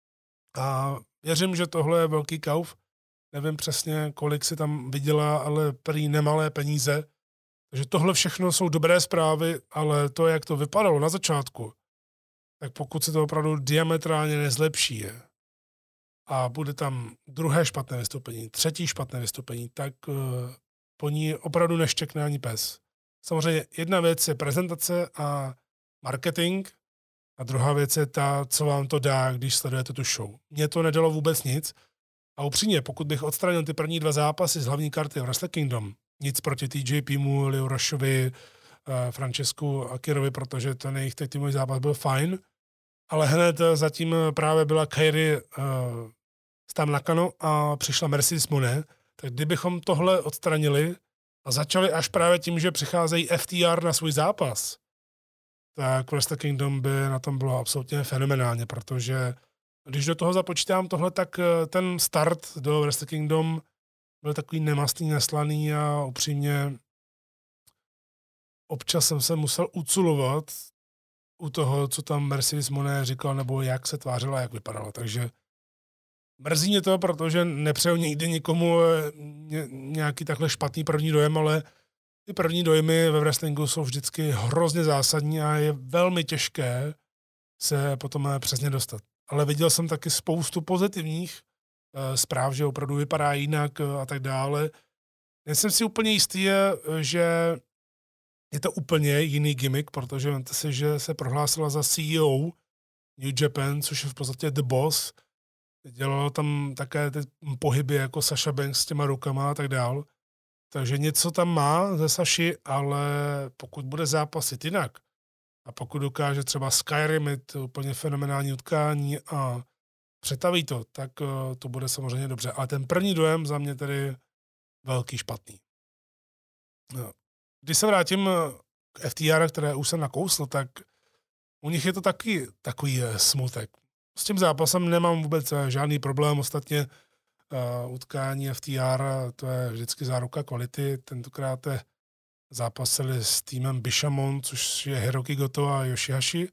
A věřím, že tohle je velký kauf. Nevím přesně, kolik si tam viděla, ale prý nemalé peníze. Takže tohle všechno jsou dobré zprávy, ale to, jak to vypadalo na začátku, tak pokud se to opravdu diametrálně nezlepší a bude tam druhé špatné vystoupení, třetí špatné vystoupení, tak po ní opravdu neštěkne ani pes. Samozřejmě jedna věc je prezentace a marketing a druhá věc je ta, co vám to dá, když sledujete tu show. Mně to nedalo vůbec nic a upřímně, pokud bych odstranil ty první dva zápasy z hlavní karty Wrestle Kingdom, nic proti TJPmu, Leo Rushovi, Francesku Akirovi, protože ten jejich týmový zápas byl fajn, ale hned zatím právě byla Kairi Tam Nakano a přišla Mercedes Moné, tak kdybychom tohle odstranili a začali až právě tím, že přicházejí FTR na svůj zápas, tak Wrestle Kingdom by na tom bylo absolutně fenomenálně, protože když do toho započítám tohle, tak ten start do Wrestle Kingdom byl takový nemastný, neslaný a upřímně občas jsem se musel uculovat u toho, co tam Mercedes Moné říkal, nebo jak se tvářila, jak vypadala. Takže mrzí mě to, protože nepřeju nikdy nikomu nějaký takhle špatný první dojem, ale ty první dojmy ve wrestlingu jsou vždycky hrozně zásadní a je velmi těžké se potom přesně dostat. Ale viděl jsem taky spoustu pozitivních zpráv, že opravdu vypadá jinak a tak dále. Nejsem si úplně jistý, že je to úplně jiný gimmick, protože vemte si, že se prohlásila za CEO New Japan, což je v podstatě The Boss. Dělala tam také ty pohyby jako Sasha Banks s těma rukama a tak dál. Takže něco tam má ze Saši, ale pokud bude zápasit jinak a pokud dokáže třeba Skyrim mít úplně fenomenální utkání a přetaví to, tak to bude samozřejmě dobře. Ale ten první dojem za mě tedy velký špatný. No. Když se vrátím k FTR, které už jsem nakousl, tak u nich je to taky takový smutek. S tím zápasem nemám vůbec žádný problém. Ostatně utkání FTR, to je vždycky záruka kvality. Tentokrát zápasili s týmem Bishamon, což je Hiroki Goto a Yoshihashi.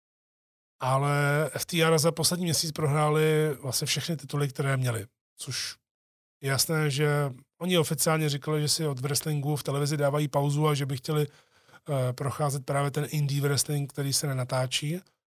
Ale FTR za poslední měsíc prohráli vlastně všechny tituly, které měli. Což je jasné, že oni oficiálně říkali, že si od wrestlingu v televizi dávají pauzu a že by chtěli procházet právě ten indie wrestling, který se nenatáčí.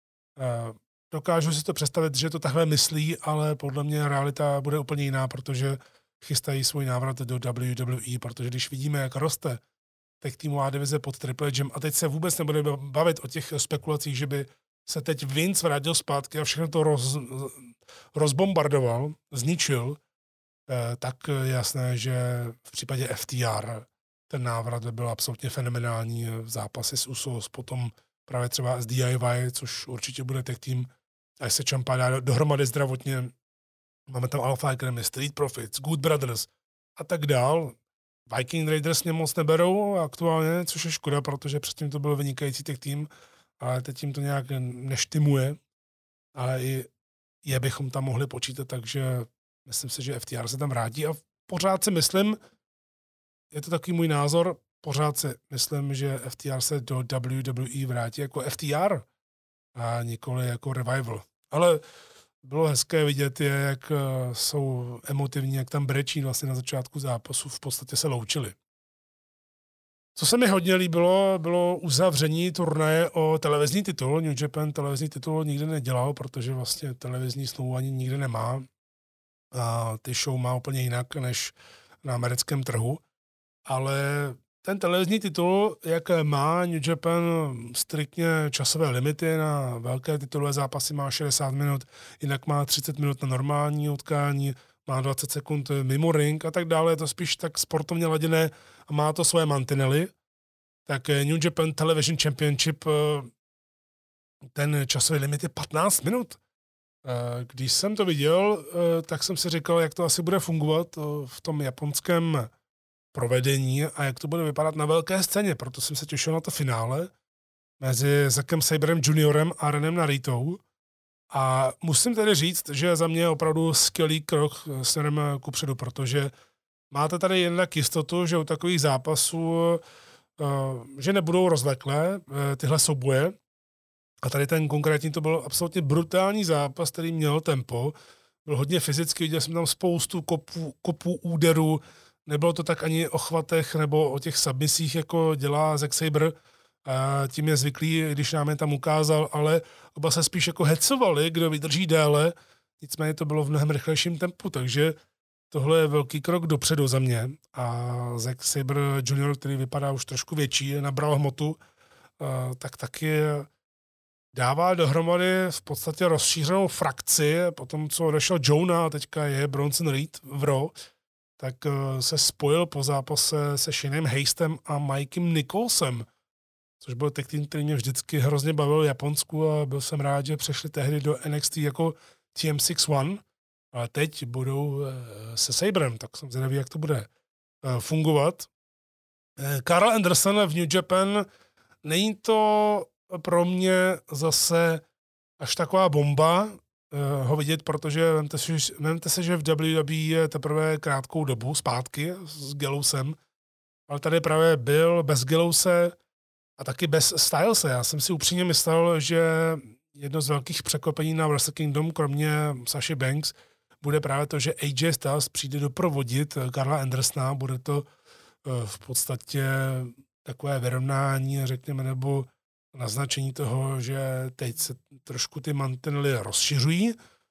Dokážu si to představit, že to takhle myslí, ale podle mě realita bude úplně jiná, protože chystají svůj návrat do WWE, protože když vidíme, jak roste tag týmová divize pod Triple H, a teď se vůbec nebude bavit o těch spekulacích, že by se teď Vince vrátil zpátky a všechno to rozbombardoval, zničil, tak je jasné, že v případě FTR ten návrat byl absolutně fenomenální v zápase s Usos, potom právě třeba s DIY, což určitě bude tag tým, až se Ciampa dá dohromady zdravotně. Máme tam Alpha Academy, Street Profits, Good Brothers a tak dál. Viking Raiders mě moc neberou aktuálně, což je škoda, protože předtím to byl vynikající tag tým, ale teď jim to nějak neštimuje. Ale i je bychom tam mohli počítat, takže myslím si, že FTR se tam vrátí a pořád si myslím, je to takový můj názor, pořád si myslím, že FTR se do WWE vrátí jako FTR a nikoli jako Revival. Ale bylo hezké vidět, jak jsou emotivní, jak tam brečí vlastně na začátku zápasu, v podstatě se loučili. Co se mi hodně líbilo, bylo uzavření turnaje o televizní titul. New Japan televizní titul nikdy nedělal, protože vlastně televizní smlouvu ani nikdy nemá. A ty show má úplně jinak než na americkém trhu. Ale ten televizní titul, jak má New Japan striktně časové limity, na velké titulové zápasy má 60 minut, jinak má 30 minut na normální utkání, má 20 sekund mimo ring a tak dále, je to spíš tak sportovně laděné a má to svoje mantinely. Tak New Japan Television Championship, ten časový limit je 15 minut. Když jsem to viděl, tak jsem si říkal, jak to asi bude fungovat v tom japonském provedení a jak to bude vypadat na velké scéně, proto jsem se těšil na to finále mezi Zackem Saberem juniorem a Renem Naritou. A musím tedy říct, že za mě je opravdu skvělý krok směrem kupředu, protože máte tady jednak jistotu, že u takových zápasů, že nebudou rozvleklé tyhle souboje. A tady ten konkrétní to byl absolutně brutální zápas, který měl tempo. Byl hodně fyzický, viděl jsem tam spoustu kopů, úderů. Nebylo to tak ani o chvatech nebo o těch submisích, jako dělá Zack Saber. Tím je zvyklý, když nám je tam ukázal, ale oba se spíš jako hecovali, kdo vydrží déle. Nicméně to bylo v mnohem rychlejším tempu, takže tohle je velký krok dopředu za mě. A Zack Saber Junior, který vypadá už trošku větší, nabral hmotu, tak taky dává dohromady v podstatě rozšířenou frakci, potom co odešel Jonah a teďka je Bronson Reed v Raw, tak se spojil po zápase se Shanem Hastem a Mikem Nicholsem, což byl tag team, který mě vždycky hrozně bavil v Japonsku a byl jsem rád, že přešli tehdy do NXT jako TM61, ale teď budou se Saberem, tak jsem zvědavý, jak to bude fungovat. Karl Anderson v New Japan, není to pro mě zase až taková bomba ho vidět, protože vemte si, že v WWE je teprve krátkou dobu zpátky s Gallowsem, ale tady právě byl bez Gallouse a taky bez Stylese. Já jsem si upřímně myslel, že jedno z velkých překvapení na Wrestle Kingdom, kromě Sasha Banks, bude právě to, že AJ Styles přijde doprovodit Karla Andersona, bude to v podstatě takové vyrovnání, řekněme, nebo naznačení toho, že teď se trošku ty mantinely rozšiřují.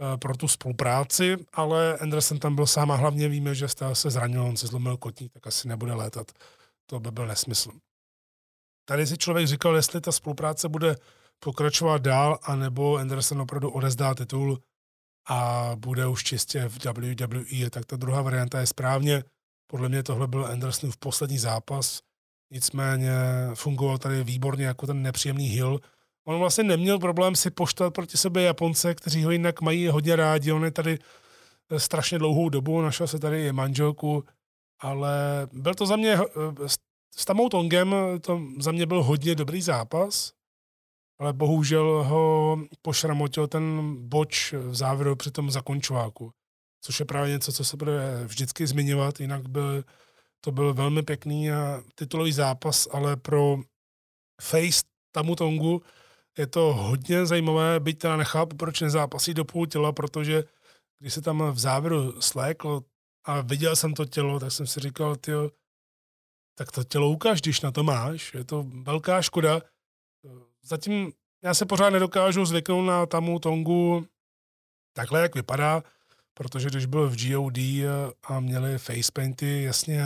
pro tu spolupráci, ale Anderson tam byl sám a hlavně víme, že se zranil, on se zlomil kotník, tak asi nebude létat. To by byl nesmysl. Tady si člověk říkal, jestli ta spolupráce bude pokračovat dál, anebo Anderson opravdu odezdá titul a bude už čistě v WWE, tak ta druhá varianta je správně. Podle mě tohle byl Andersonův poslední zápas, nicméně fungoval tady výborně jako ten nepříjemný heel. On vlastně neměl problém si poštvat proti sobě Japonce, kteří ho jinak mají hodně rádi. On je tady strašně dlouhou dobu, našel se tady i manželku, ale byl to za mě, s Tamou Tongem to za mě byl hodně dobrý zápas, ale bohužel ho pošramotil ten boč v závěru při tom zakončováku, což je právě něco, co se bude vždycky zmiňovat, jinak to byl velmi pěkný a titulový zápas, ale pro face Tamu Tongu je to hodně zajímavé, byť teda nechápu, proč nezápasí do půl těla, protože když se tam v závěru slékl a viděl jsem to tělo, tak jsem si říkal, tyjo, tak to tělo ukáž, když na to máš. Je to velká škoda. Zatím já se pořád nedokážu zvyknout na Tamu Tongu takhle, jak vypadá, protože když byl v GOD a měli facepainty, jasně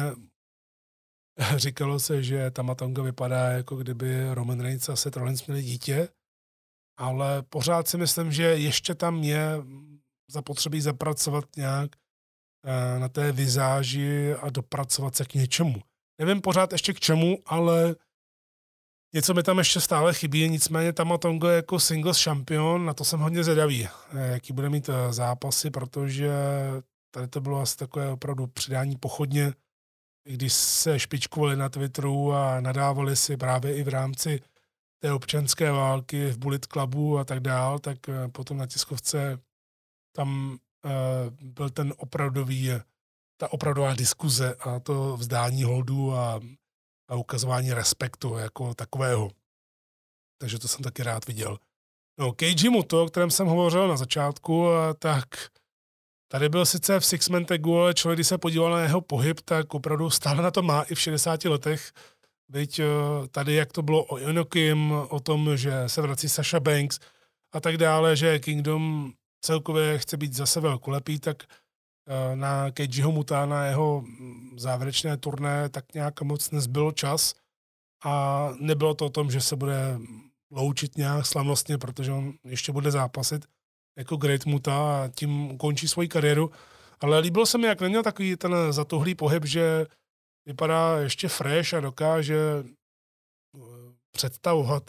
říkalo se, že Tama Tonga vypadá, jako kdyby Roman Reigns a Seth Rollins měli dítě, ale pořád si myslím, že ještě tam je zapotřebí zapracovat nějak na té vizáži a dopracovat se k něčemu. Nevím pořád ještě k čemu, ale něco mi tam ještě stále chybí, nicméně Tama Tonga jako singles šampion, na to jsem hodně zvědavý, jaký bude mít zápasy, protože tady to bylo asi takové opravdu přidání pochodně, když se špičkovali na Twitteru a nadávali si právě i v rámci té občanské války v Bullet Clubu a tak dál, tak potom na tiskovce tam byl ta opravdová diskuze a to vzdání holdu a ukazování respektu jako takového. Takže to jsem taky rád viděl. No, Keiji Muto, o kterém jsem hovořil na začátku, tak tady byl sice v Six-Man tagu, ale člověk, když se podíval na jeho pohyb, tak opravdu stále na to má i v 60 letech. Byť tady, jak to bylo o Inokim, o tom, že se vrací Sasha Banks a tak dále, že Kingdom celkově chce být zase velkolepý, tak na Keijiho Muta, na jeho závěrečné turné, tak nějak moc nezbylo čas a nebylo to o tom, že se bude loučit nějak slavnostně, protože on ještě bude zápasit jako Great Muta a tím ukončí svoji kariéru, ale líbilo se mi, jak neměl takový ten zatuhlý pohyb, že vypadá ještě fresh a dokáže představovat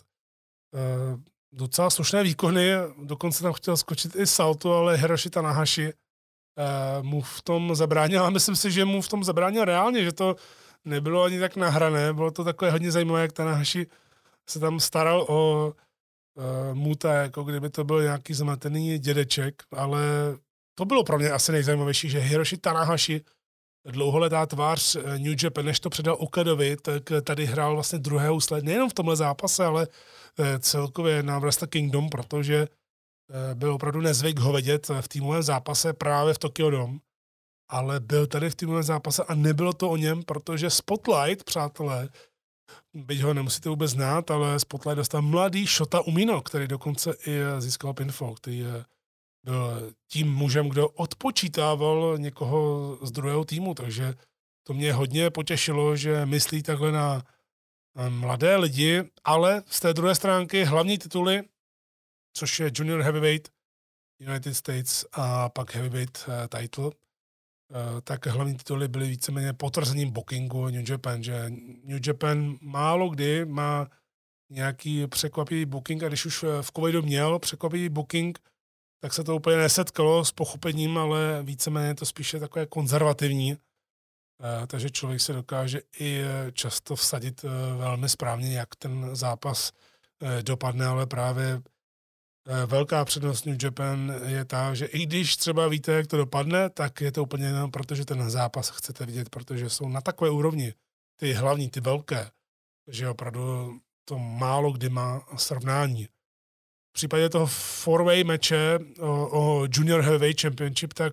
docela slušné výkony, dokonce tam chtěl skočit i salto, ale Hiroshi Tanahashi mu v tom zabránil a myslím si, že mu v tom zabránil reálně, že to nebylo ani tak nahrané, bylo to takové hodně zajímavé, jak Tanahashi se tam staral o Muta, jako kdyby to byl nějaký zmatený dědeček, ale to bylo pro mě asi nejzajímavější, že Hiroshi Tanahashi, dlouholetá tvář New Japan, než to předal Okadovi, tak tady hrál vlastně druhé úsled, nejenom v tomhle zápase, ale celkově na Wrestle Kingdom, protože byl opravdu nezvyk ho vidět v týmovém zápase právě v Tokyo Dome, ale byl tady v týmovém zápase a nebylo to o něm, protože Spotlight, přátelé, byť ho nemusíte vůbec znát, ale Spotlight dostal mladý Shota Umino, který dokonce i získal pinfall, který byl tím mužem, kdo odpočítával někoho z druhého týmu, takže to mě hodně potěšilo, že myslí takhle na mladé lidi, ale z té druhé stránky hlavní tituly, což je Junior Heavyweight United States a pak Heavyweight title, tak hlavní tituly byly víceméně potvrzením bookingu New Japan, že New Japan málo kdy má nějaký překvapivý booking a když už v covidu měl překvapivý booking, tak se to úplně nesetkalo s pochopením, ale víceméně to spíše takové konzervativní, takže člověk se dokáže i často vsadit velmi správně, jak ten zápas dopadne, ale právě velká přednost New Japan je ta, že i když třeba víte, jak to dopadne, tak je to úplně jenom, protože ten zápas chcete vidět, protože jsou na takové úrovni ty hlavní, ty velké, že opravdu to málo kdy má srovnání. V případě toho four-way meče o Junior Heavyweight Championship, tak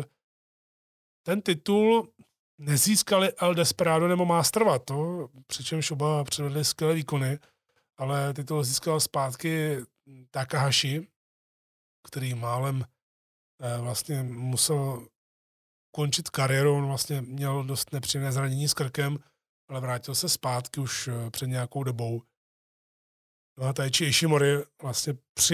ten titul nezískali El Desperado nebo Master Wato, přičemž oba předvedli skvělé výkony, ale titul získal zpátky Takahashi, který málem vlastně musel končit kariéru, on vlastně měl dost nepříjemné zranění s krkem, ale vrátil se zpátky už před nějakou dobou. No a Taichi Ishimori vlastně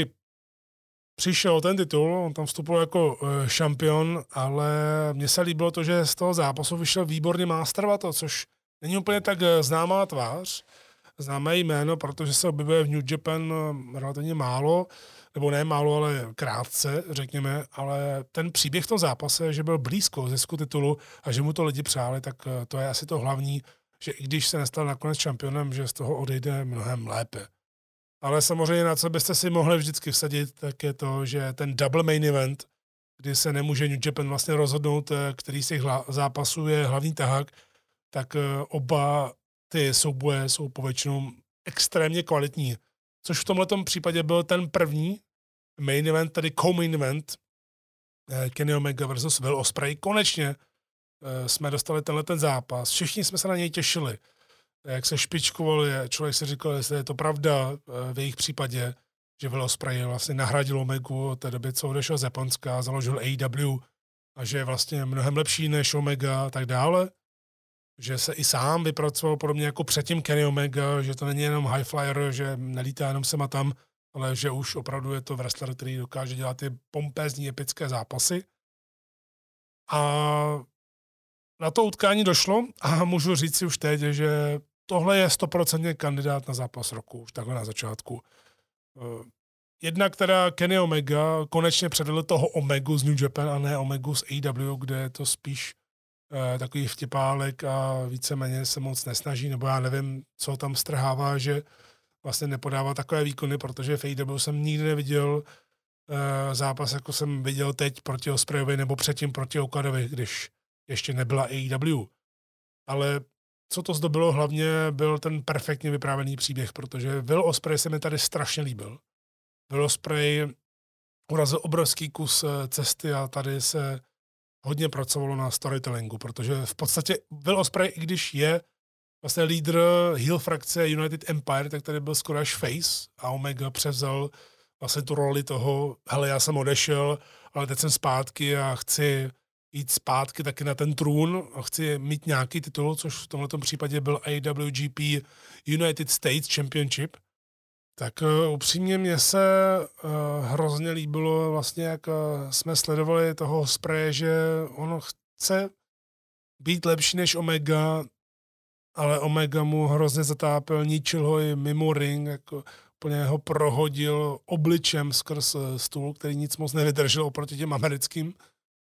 přišel ten titul, on tam vstupoval jako šampion, ale mně se líbilo to, že z toho zápasu vyšel výborný Master Vato, což není úplně tak známá tvář, známé jméno, protože se objevuje v New Japan relativně málo, nebo ne málo, ale krátce, řekněme, ale ten příběh v tom zápase, že byl blízko zisku titulu a že mu to lidi přáli, tak to je asi to hlavní, že i když se nestal nakonec šampionem, že z toho odejde mnohem lépe. Ale samozřejmě, na co byste si mohli vždycky vsadit, tak je to, že ten double main event, kdy se nemůže New Japan vlastně rozhodnout, který z těch zápasů je hlavní tahák, tak oba ty souboje jsou povětšinou extrémně kvalitní. Což v tomhletom případě byl ten první main event, tedy co-main event, Kenny Omega versus Will Ospreay. Konečně jsme dostali ten zápas. Všichni jsme se na něj těšili. Jak se špičkovali, člověk si říkal, jestli je to pravda v jejich případě, že Will Ospreay vlastně nahradil Omegu od té doby, co odešel z Japonska, založil AEW a že je vlastně mnohem lepší než Omega a tak dále. Že se i sám vypracoval podobně jako předtím Kenny Omega, že to není jenom high flyer, že nelítá jenom sem a tam, ale že už opravdu je to wrestler, který dokáže dělat ty pompézní, epické zápasy. A na to utkání došlo a můžu říct si už teď, že tohle je 100% kandidát na zápas roku, už takhle na začátku. Jednak teda Kenny Omega konečně předvedl toho Omegu z New Japan a ne Omegu z AEW, kde je to spíš takový vtipálek a víceméně se moc nesnaží, nebo já nevím, co tam strhává, že vlastně nepodává takové výkony, protože v AEW jsem nikdy neviděl zápas, jako jsem viděl teď proti Ospreayovi nebo předtím proti Okadovi, když ještě nebyla AEW. Ale co to zdobilo hlavně, byl ten perfektně vyprávěný příběh, protože Will Ospreay se mi tady strašně líbil. Will Ospreay urazil obrovský kus cesty a tady se hodně pracovalo na storytellingu, protože v podstatě Will Ospreay, i když je vlastně lídr heel frakce United Empire, tak tady byl skoro až face a Omega převzal vlastně tu roli toho, hele, já jsem odešel, ale teď jsem zpátky a chci jít zpátky taky na ten trůn a chci mít nějaký titul, což v tomto případě byl AWGP United States Championship. Tak upřímně mě se hrozně líbilo vlastně, jak jsme sledovali toho Ospreaye, že on chce být lepší než Omega, ale Omega mu hrozně zatápil, ničil ho i mimo ring, jako úplně ho prohodil obličem skrz stůl, který nic moc nevydržel oproti těm americkým.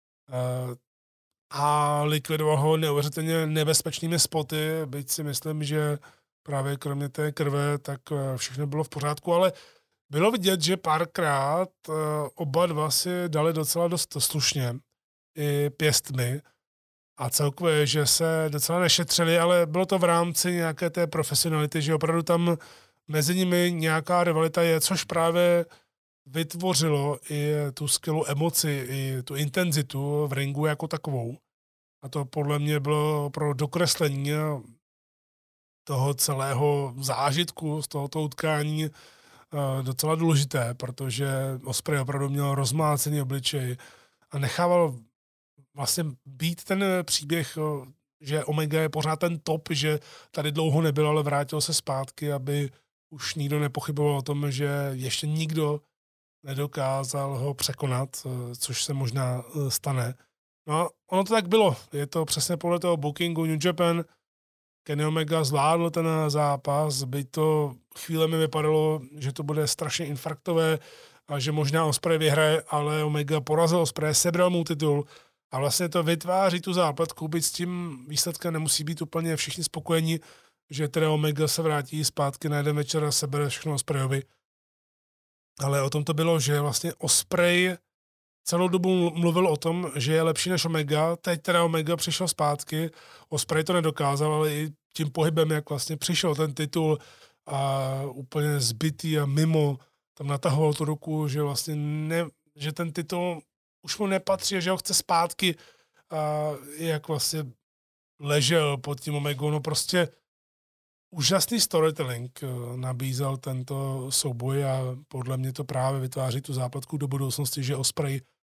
A likvidoval ho neuvěřitelně nebezpečnými spoty, byť si myslím, že právě kromě té krve, tak všechno bylo v pořádku, ale bylo vidět, že párkrát oba dva si dali docela dost slušně i pěstmi a celkově, že se docela nešetřili, ale bylo to v rámci nějaké té profesionality, že opravdu tam mezi nimi nějaká rivalita je, což právě vytvořilo i tu skvělou emoci, i tu intenzitu v ringu jako takovou. A to podle mě bylo pro dokreslení toho celého zážitku z tohoto utkání docela důležité, protože Ospreay opravdu měl rozmácený obličej a nechával vlastně být ten příběh, že Omega je pořád ten top, že tady dlouho nebyl, ale vrátil se zpátky, aby už nikdo nepochyboval o tom, že ještě nikdo nedokázal ho překonat, což se možná stane. No a ono to tak bylo. Je to přesně podle toho bookingu New Japan. Kenny Omega zvládl ten zápas, byť to chvíle mi vypadalo, že to bude strašně infarktové a že možná Ospreay vyhraje, ale Omega porazil Ospreay, sebral mu titul a vlastně to vytváří tu zápletku, byť s tím výsledkem nemusí být úplně všichni spokojení, že teda Omega se vrátí zpátky na jeden večer a sebere všechno Ospreayovi. Ale o tom to bylo, že vlastně Ospreay celou dobu mluvil o tom, že je lepší než Omega, teď teda Omega přišel zpátky, Ospreay to nedokázal, ale i tím pohybem, jak vlastně přišel ten titul a úplně zbytý a mimo, tam natahoval tu ruku, že vlastně že ten titul už mu nepatří, že ho chce zpátky a jak vlastně ležel pod tím Omegou, no prostě úžasný storytelling nabízel tento souboj a podle mě to právě vytváří tu zápletku do budoucnosti, že Ospreay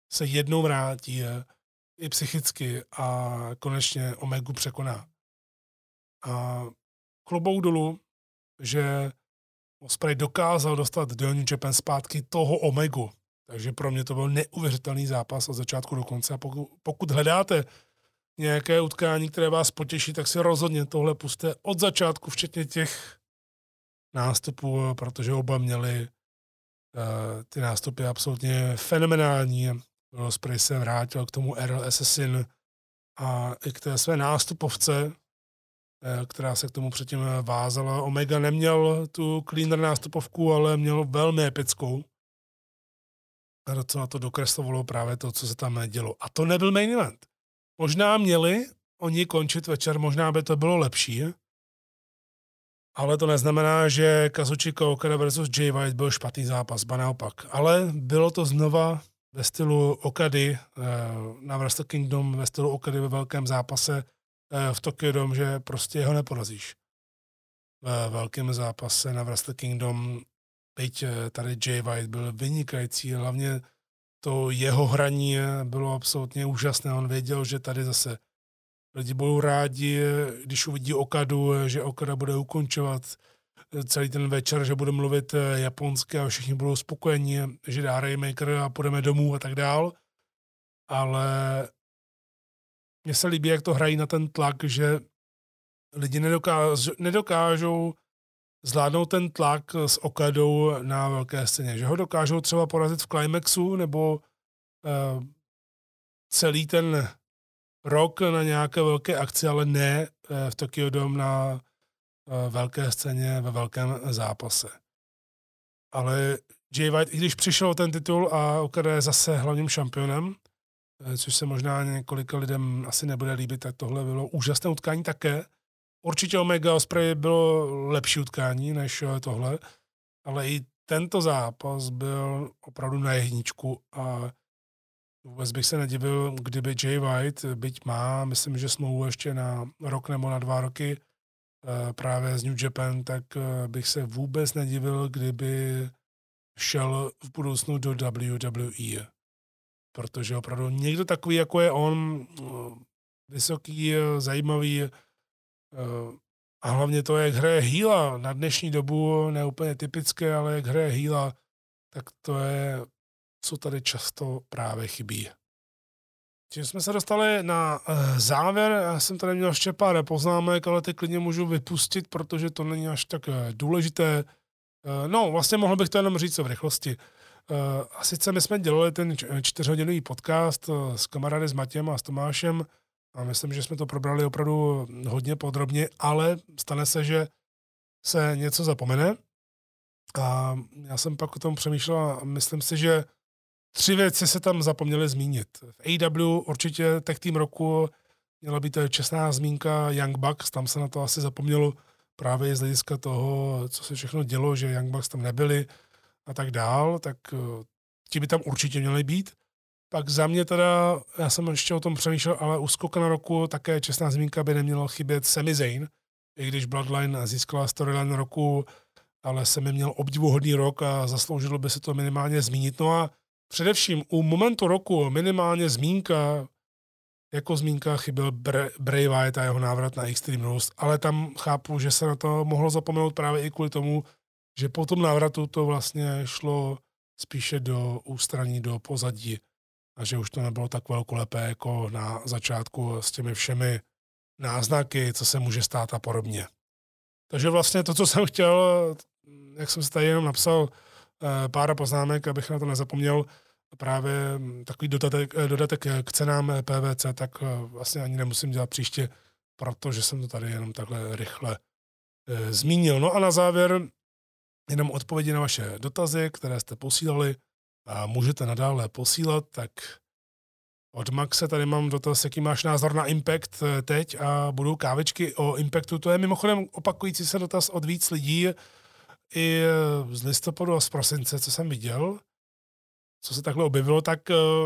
se jednou vrátí i psychicky a konečně Omegu překoná. A klobouk dolů, že Ospreay dokázal dostat do New Japan zpátky toho Omegu. Takže pro mě to byl neuvěřitelný zápas od začátku do konce. A pokud hledáte nějaké utkání, které vás potěší, tak si rozhodně tohle puste od začátku, včetně těch nástupů, protože oba měli ty nástupy absolutně fenomenální. Ospreay se vrátil k tomu Errol Assassin a i k té své nástupovce, která se k tomu předtím vázala. Omega neměl tu cleaner nástupovku, ale měl velmi epickou. A docela to dokreslovalo právě to, co se tam dělo. A to nebyl main event. Možná měli oni končit večer, možná by to bylo lepší, ale to neznamená, že Kazuchika Okada versus Jay White byl špatný zápas, ba naopak. Ale bylo to znova ve stylu Okady na Wrestle Kingdom, ve stylu Okady ve velkém zápase v Tokyo Dome, že prostě ho neporazíš. Ve velkém zápase na Wrestle Kingdom, byť tady Jay White byl vynikající, hlavně to jeho hraní bylo absolutně úžasné. On věděl, že tady zase lidi budou rádi, když uvidí Okadu, že Okada bude ukončovat celý ten večer, že bude mluvit japonsky a všichni budou spokojení, že dá Rainmaker a půjdeme domů a tak dál. Ale mně se líbí, jak to hrají na ten tlak, že lidi nedokážou zvládnout ten tlak s Okadou na velké scéně. Že ho dokážou třeba porazit v Climaxu nebo celý ten rok na nějaké velké akci, ale ne v Tokyo Dome na velké scéně ve velkém zápase. Ale Jay White, i když přišel ten titul a Okada je zase hlavním šampionem, což se možná několika lidem asi nebude líbit, tak tohle bylo úžasné utkání také. Určitě Omega Ospreay bylo lepší utkání než tohle, ale i tento zápas byl opravdu na jedničku a vůbec bych se nedivil, kdyby Jay White, byť má, myslím, že smlouvu ještě na rok nebo na 2 roky právě z New Japan, tak bych se vůbec nedivil, kdyby šel v budoucnu do WWE. Protože opravdu někdo takový, jako je on, vysoký, zajímavý a hlavně to, jak hraje heela na dnešní dobu, ne úplně typické, ale jak hraje heela, tak to je, co tady často právě chybí. Tím jsme se dostali na závěr, já jsem tady měl ještě pár poznámek, ale ty klidně můžu vypustit, protože to není až tak důležité. No, vlastně mohl bych to jenom říct v rychlosti. A sice my jsme dělali ten 4hodinový podcast s kamarády s Matějem a s Tomášem a myslím, že jsme to probrali opravdu hodně podrobně, ale stane se, že se něco zapomene. A já jsem pak o tom přemýšlel a myslím si, že 3 věci se tam zapomněly zmínit. V AEW určitě tag team roku měla být čestná zmínka Young Bucks, tam se na to asi zapomnělo právě z hlediska toho, co se všechno dělo, že Young Bucks tam nebyli a tak dál, tak ti by tam určitě měli být. Pak za mě teda, já jsem ještě o tom přemýšlel, ale u skoka na roku také čestná zmínka by neměla chybět Sami Zayn, i když Bloodline získala storyline roku, ale Sami měl obdivuhodný rok a zasloužilo by se to minimálně zmínit. No a především u momentu roku minimálně zmínka, jako zmínka chyběl Bray Wyatt a jeho návrat na Extreme Rules, ale tam chápu, že se na to mohlo zapomenout právě i kvůli tomu, že po tom návratu to vlastně šlo spíše do ústraní, do pozadí a že už to nebylo tak velkolepé jako na začátku s těmi všemi náznaky, co se může stát a podobně. Takže vlastně to, co jsem chtěl, jak jsem si tady jenom napsal pár poznámek, abych na to nezapomněl, právě takový dodatek k cenám PVC, tak vlastně ani nemusím dělat příště, protože jsem to tady jenom takhle rychle zmínil. No a na závěr jenom odpovědi na vaše dotazy, které jste posílali a můžete nadále posílat, tak od Maxe tady mám dotaz, jaký máš názor na Impact teď a budou kávičky o Impactu. To je mimochodem opakující se dotaz od víc lidí i z listopadu a z prosince, co jsem viděl, co se takhle objevilo, tak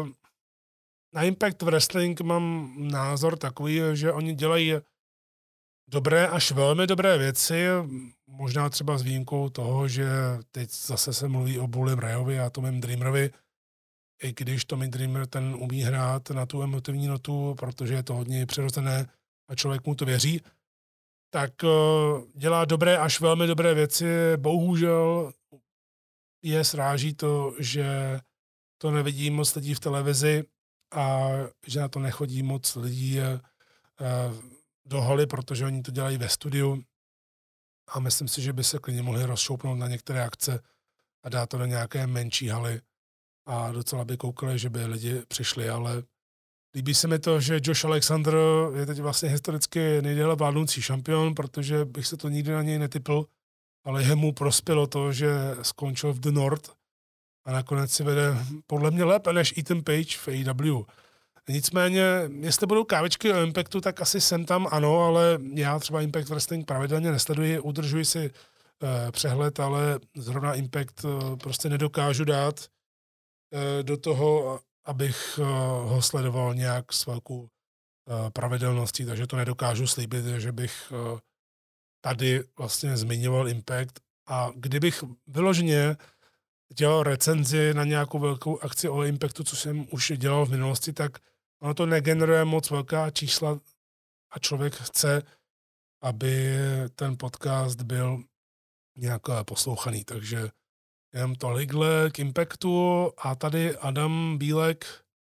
na Impact Wrestling mám názor takový, že oni dělají dobré až velmi dobré věci, možná třeba s výjimkou toho, že teď zase se mluví o Bullym Rayovi a Tomem Dreamerovi, i když Tommy Dreamer ten umí hrát na tu emotivní notu, protože je to hodně přirozené a člověk mu to věří, tak dělá dobré až velmi dobré věci. Bohužel je sráží to, že to nevidí moc lidí v televizi a že na to nechodí moc lidí do haly, protože oni to dělají ve studiu a myslím si, že by se klidně mohli rozšoupnout na některé akce a dát to do nějaké menší haly a docela by koukali, že by lidi přišli, ale líbí se mi to, že Josh Alexander je teď vlastně historicky nejdéle vládnoucí šampion, protože bych se to nikdy na něj netypl, ale jemu prospělo to, že skončil v The North a nakonec si vede podle mě lépe než Ethan Page v AEW. Nicméně, jestli budou kávičky o Impactu, tak asi sem tam ano, ale já třeba Impact Wrestling pravidelně nesleduji, udržuji si přehled, ale zrovna Impact prostě nedokážu dát do toho, abych ho sledoval nějak s velkou pravidelností, takže to nedokážu slíbit, že bych tady vlastně zmiňoval Impact a kdybych vyloženě dělal recenzi na nějakou velkou akci o Impactu, co jsem už dělal v minulosti, tak ono to negeneruje moc velká čísla a člověk chce, aby ten podcast byl nějak poslouchaný, takže jen tolikhle k Impactu a tady Adam Bílek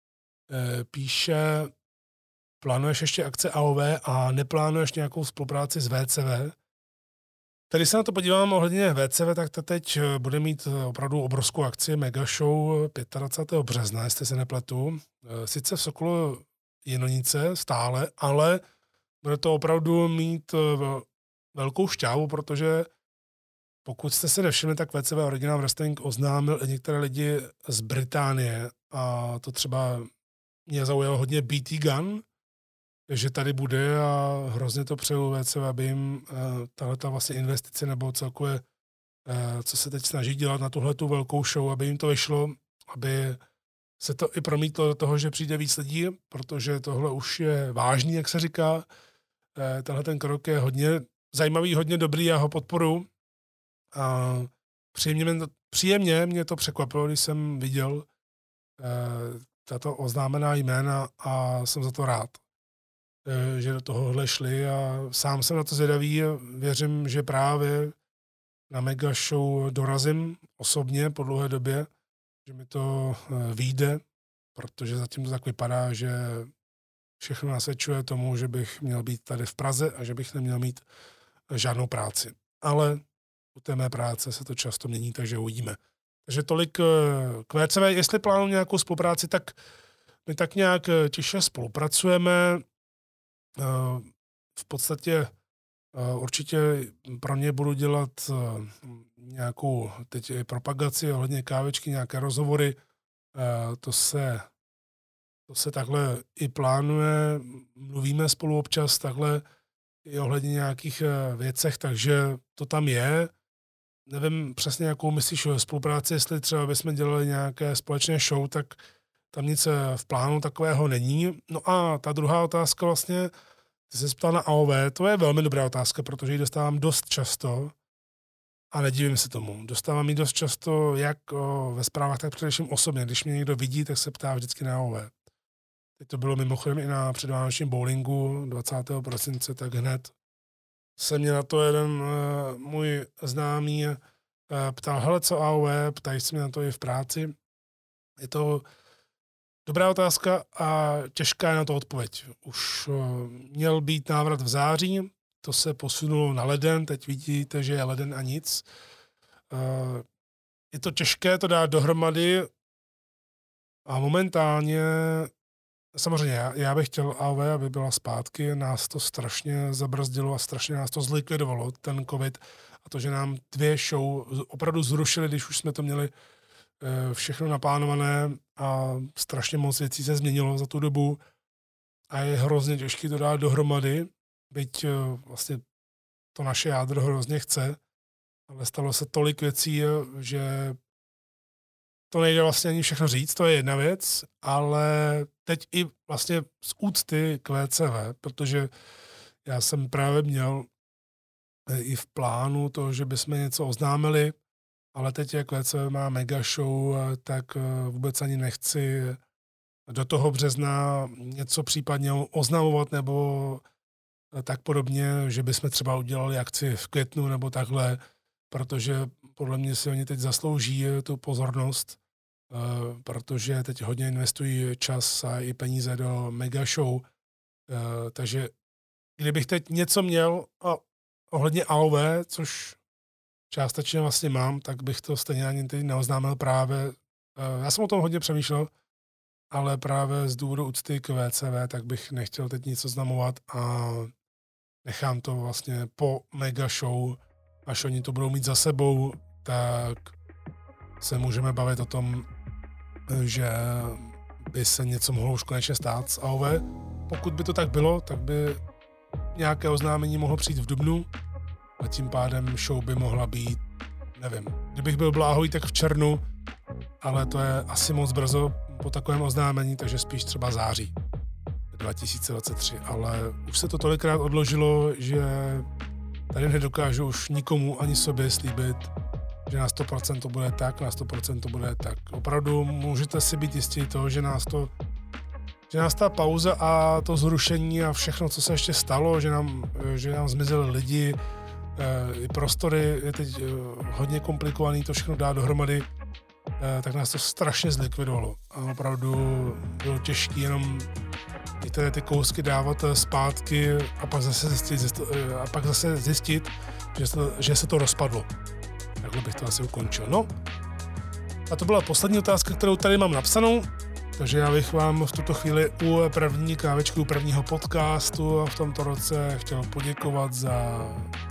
píše, plánuješ ještě akce AOV a neplánuješ nějakou spolupráci s VCV? Tady se na to podívám ohledně VCV, tak to teď bude mít opravdu obrovskou akci Mega Show 25. března, jestli se nepletu. Sice v Sokolu Jenonice stále, ale bude to opravdu mít velkou šťávu, protože pokud jste se nevšimli, tak VCV Original Wrestling oznámil i některé lidi z Británie a to třeba mě zaujalo hodně BT Gun, že tady bude a hrozně to přeju VCV, aby jim tahleta vlastně investice nebo celkově, co se teď snaží dělat na tuhletu velkou show, aby jim to vyšlo, aby se to i promítlo do toho, že přijde víc lidí, protože tohle už je vážný, jak se říká. Tenhle ten krok je hodně zajímavý, hodně dobrý, já ho podporuji. A příjemně mě to překvapilo, když jsem viděl tato oznámená jména a jsem za to rád, že do tohohle šli a sám jsem na to zvědavý a věřím, že právě na Mega Show dorazím osobně po dlouhé době, že mi to vyjde, protože zatím to tak vypadá, že všechno nasvědčuje tomu, že bych měl být tady v Praze a že bych neměl mít žádnou práci. Ale u té mé práce se to často mění, takže uvidíme. Takže tolik k VCV. Jestli plánuji nějakou spolupráci, tak my tak nějak těžce spolupracujeme. V podstatě určitě pro ně budu dělat nějakou teď propagaci ohledně kávičky, nějaké rozhovory. To se takhle i plánuje. Mluvíme spolu občas takhle i ohledně nějakých věcech, takže to tam je. Nevím přesně, jakou myslíš o spolupráci, jestli třeba bychom dělali nějaké společné show, tak tam nic v plánu takového není. No a ta druhá otázka vlastně, ty jsi ptal na AOV, to je velmi dobrá otázka, protože ji dostávám dost často a nedivím se tomu. Dostávám ji dost často jak ve zprávách, tak především osobně. Když mě někdo vidí, tak se ptá vždycky na AOV. Teď to bylo mimochodem i na předvánočním bowlingu 20. prosince, tak hned se mě na to jeden můj známý ptal, hele, co AOV, ptají se mě na to i v práci. Je to dobrá otázka a těžká je na to odpověď. Už měl být návrat v září, to se posunulo na leden, teď vidíte, že je leden a nic. Je to těžké to dát dohromady a momentálně samozřejmě já bych chtěl AOV, aby byla zpátky, nás to strašně zabrzdilo a strašně nás to zlikvidovalo, ten covid a to, že nám 2 show opravdu zrušili, když už jsme to měli všechno naplánované a strašně moc věcí se změnilo za tu dobu a je hrozně těžké to dát dohromady, byť vlastně to naše jádro hrozně chce, ale stalo se tolik věcí, že to nejde vlastně ani všechno říct, to je jedna věc, ale teď i vlastně z úcty k VCV, protože já jsem právě měl i v plánu to, že bychom něco oznámili ale teď, jak VCV má mega show, tak vůbec ani nechci do toho března něco případně oznamovat nebo tak podobně, že bychom třeba udělali akci v květnu nebo takhle, protože podle mě si oni teď zaslouží tu pozornost, protože teď hodně investují čas a i peníze do mega show, takže kdybych teď něco měl ohledně AOV, což částečně vlastně mám, tak bych to stejně ani teď neoznámil právě. Já jsem o tom hodně přemýšlel, ale právě z důvodu úcty k VCV, tak bych nechtěl teď nic oznamovat a nechám to vlastně po mega show, až oni to budou mít za sebou, tak se můžeme bavit o tom, že by se něco mohlo už konečně stát s AOV. Pokud by to tak bylo, tak by nějaké oznámení mohlo přijít v dubnu a tím pádem show by mohla být, nevím, kdybych byl bláhový, tak v červnu, ale to je asi moc brzo po takovém oznámení, takže spíš třeba září 2023, ale už se to tolikrát odložilo, že tady nedokážu už nikomu ani sobě slíbit, že na 100% to bude tak, na 100% to bude tak. Opravdu můžete si být jistí toho, že nás ta pauza a to zrušení a všechno, co se ještě stalo, že nám zmizeli lidi, i prostory je teď hodně komplikovaný to všechno dát dohromady, tak nás to strašně zlikvidovalo. A opravdu bylo těžké jenom některé ty kousky dávat zpátky a pak zase zjistit, že se to rozpadlo. Takhle bych to asi ukončil. No, a to byla poslední otázka, kterou tady mám napsanou, takže já bych vám v tuto chvíli u první kávečky, u prvního podcastu v tomto roce chtěl poděkovat za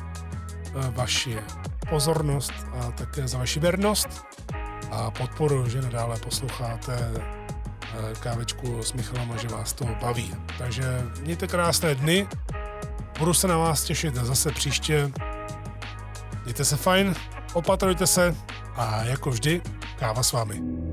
vaši pozornost a také za vaši věrnost a podporu, že nadále posloucháte kávečku s Michalem a že vás to baví. Takže mějte krásné dny, budu se na vás těšit zase příště. Mějte se fajn, opatrujte se a jako vždy, káva s vámi.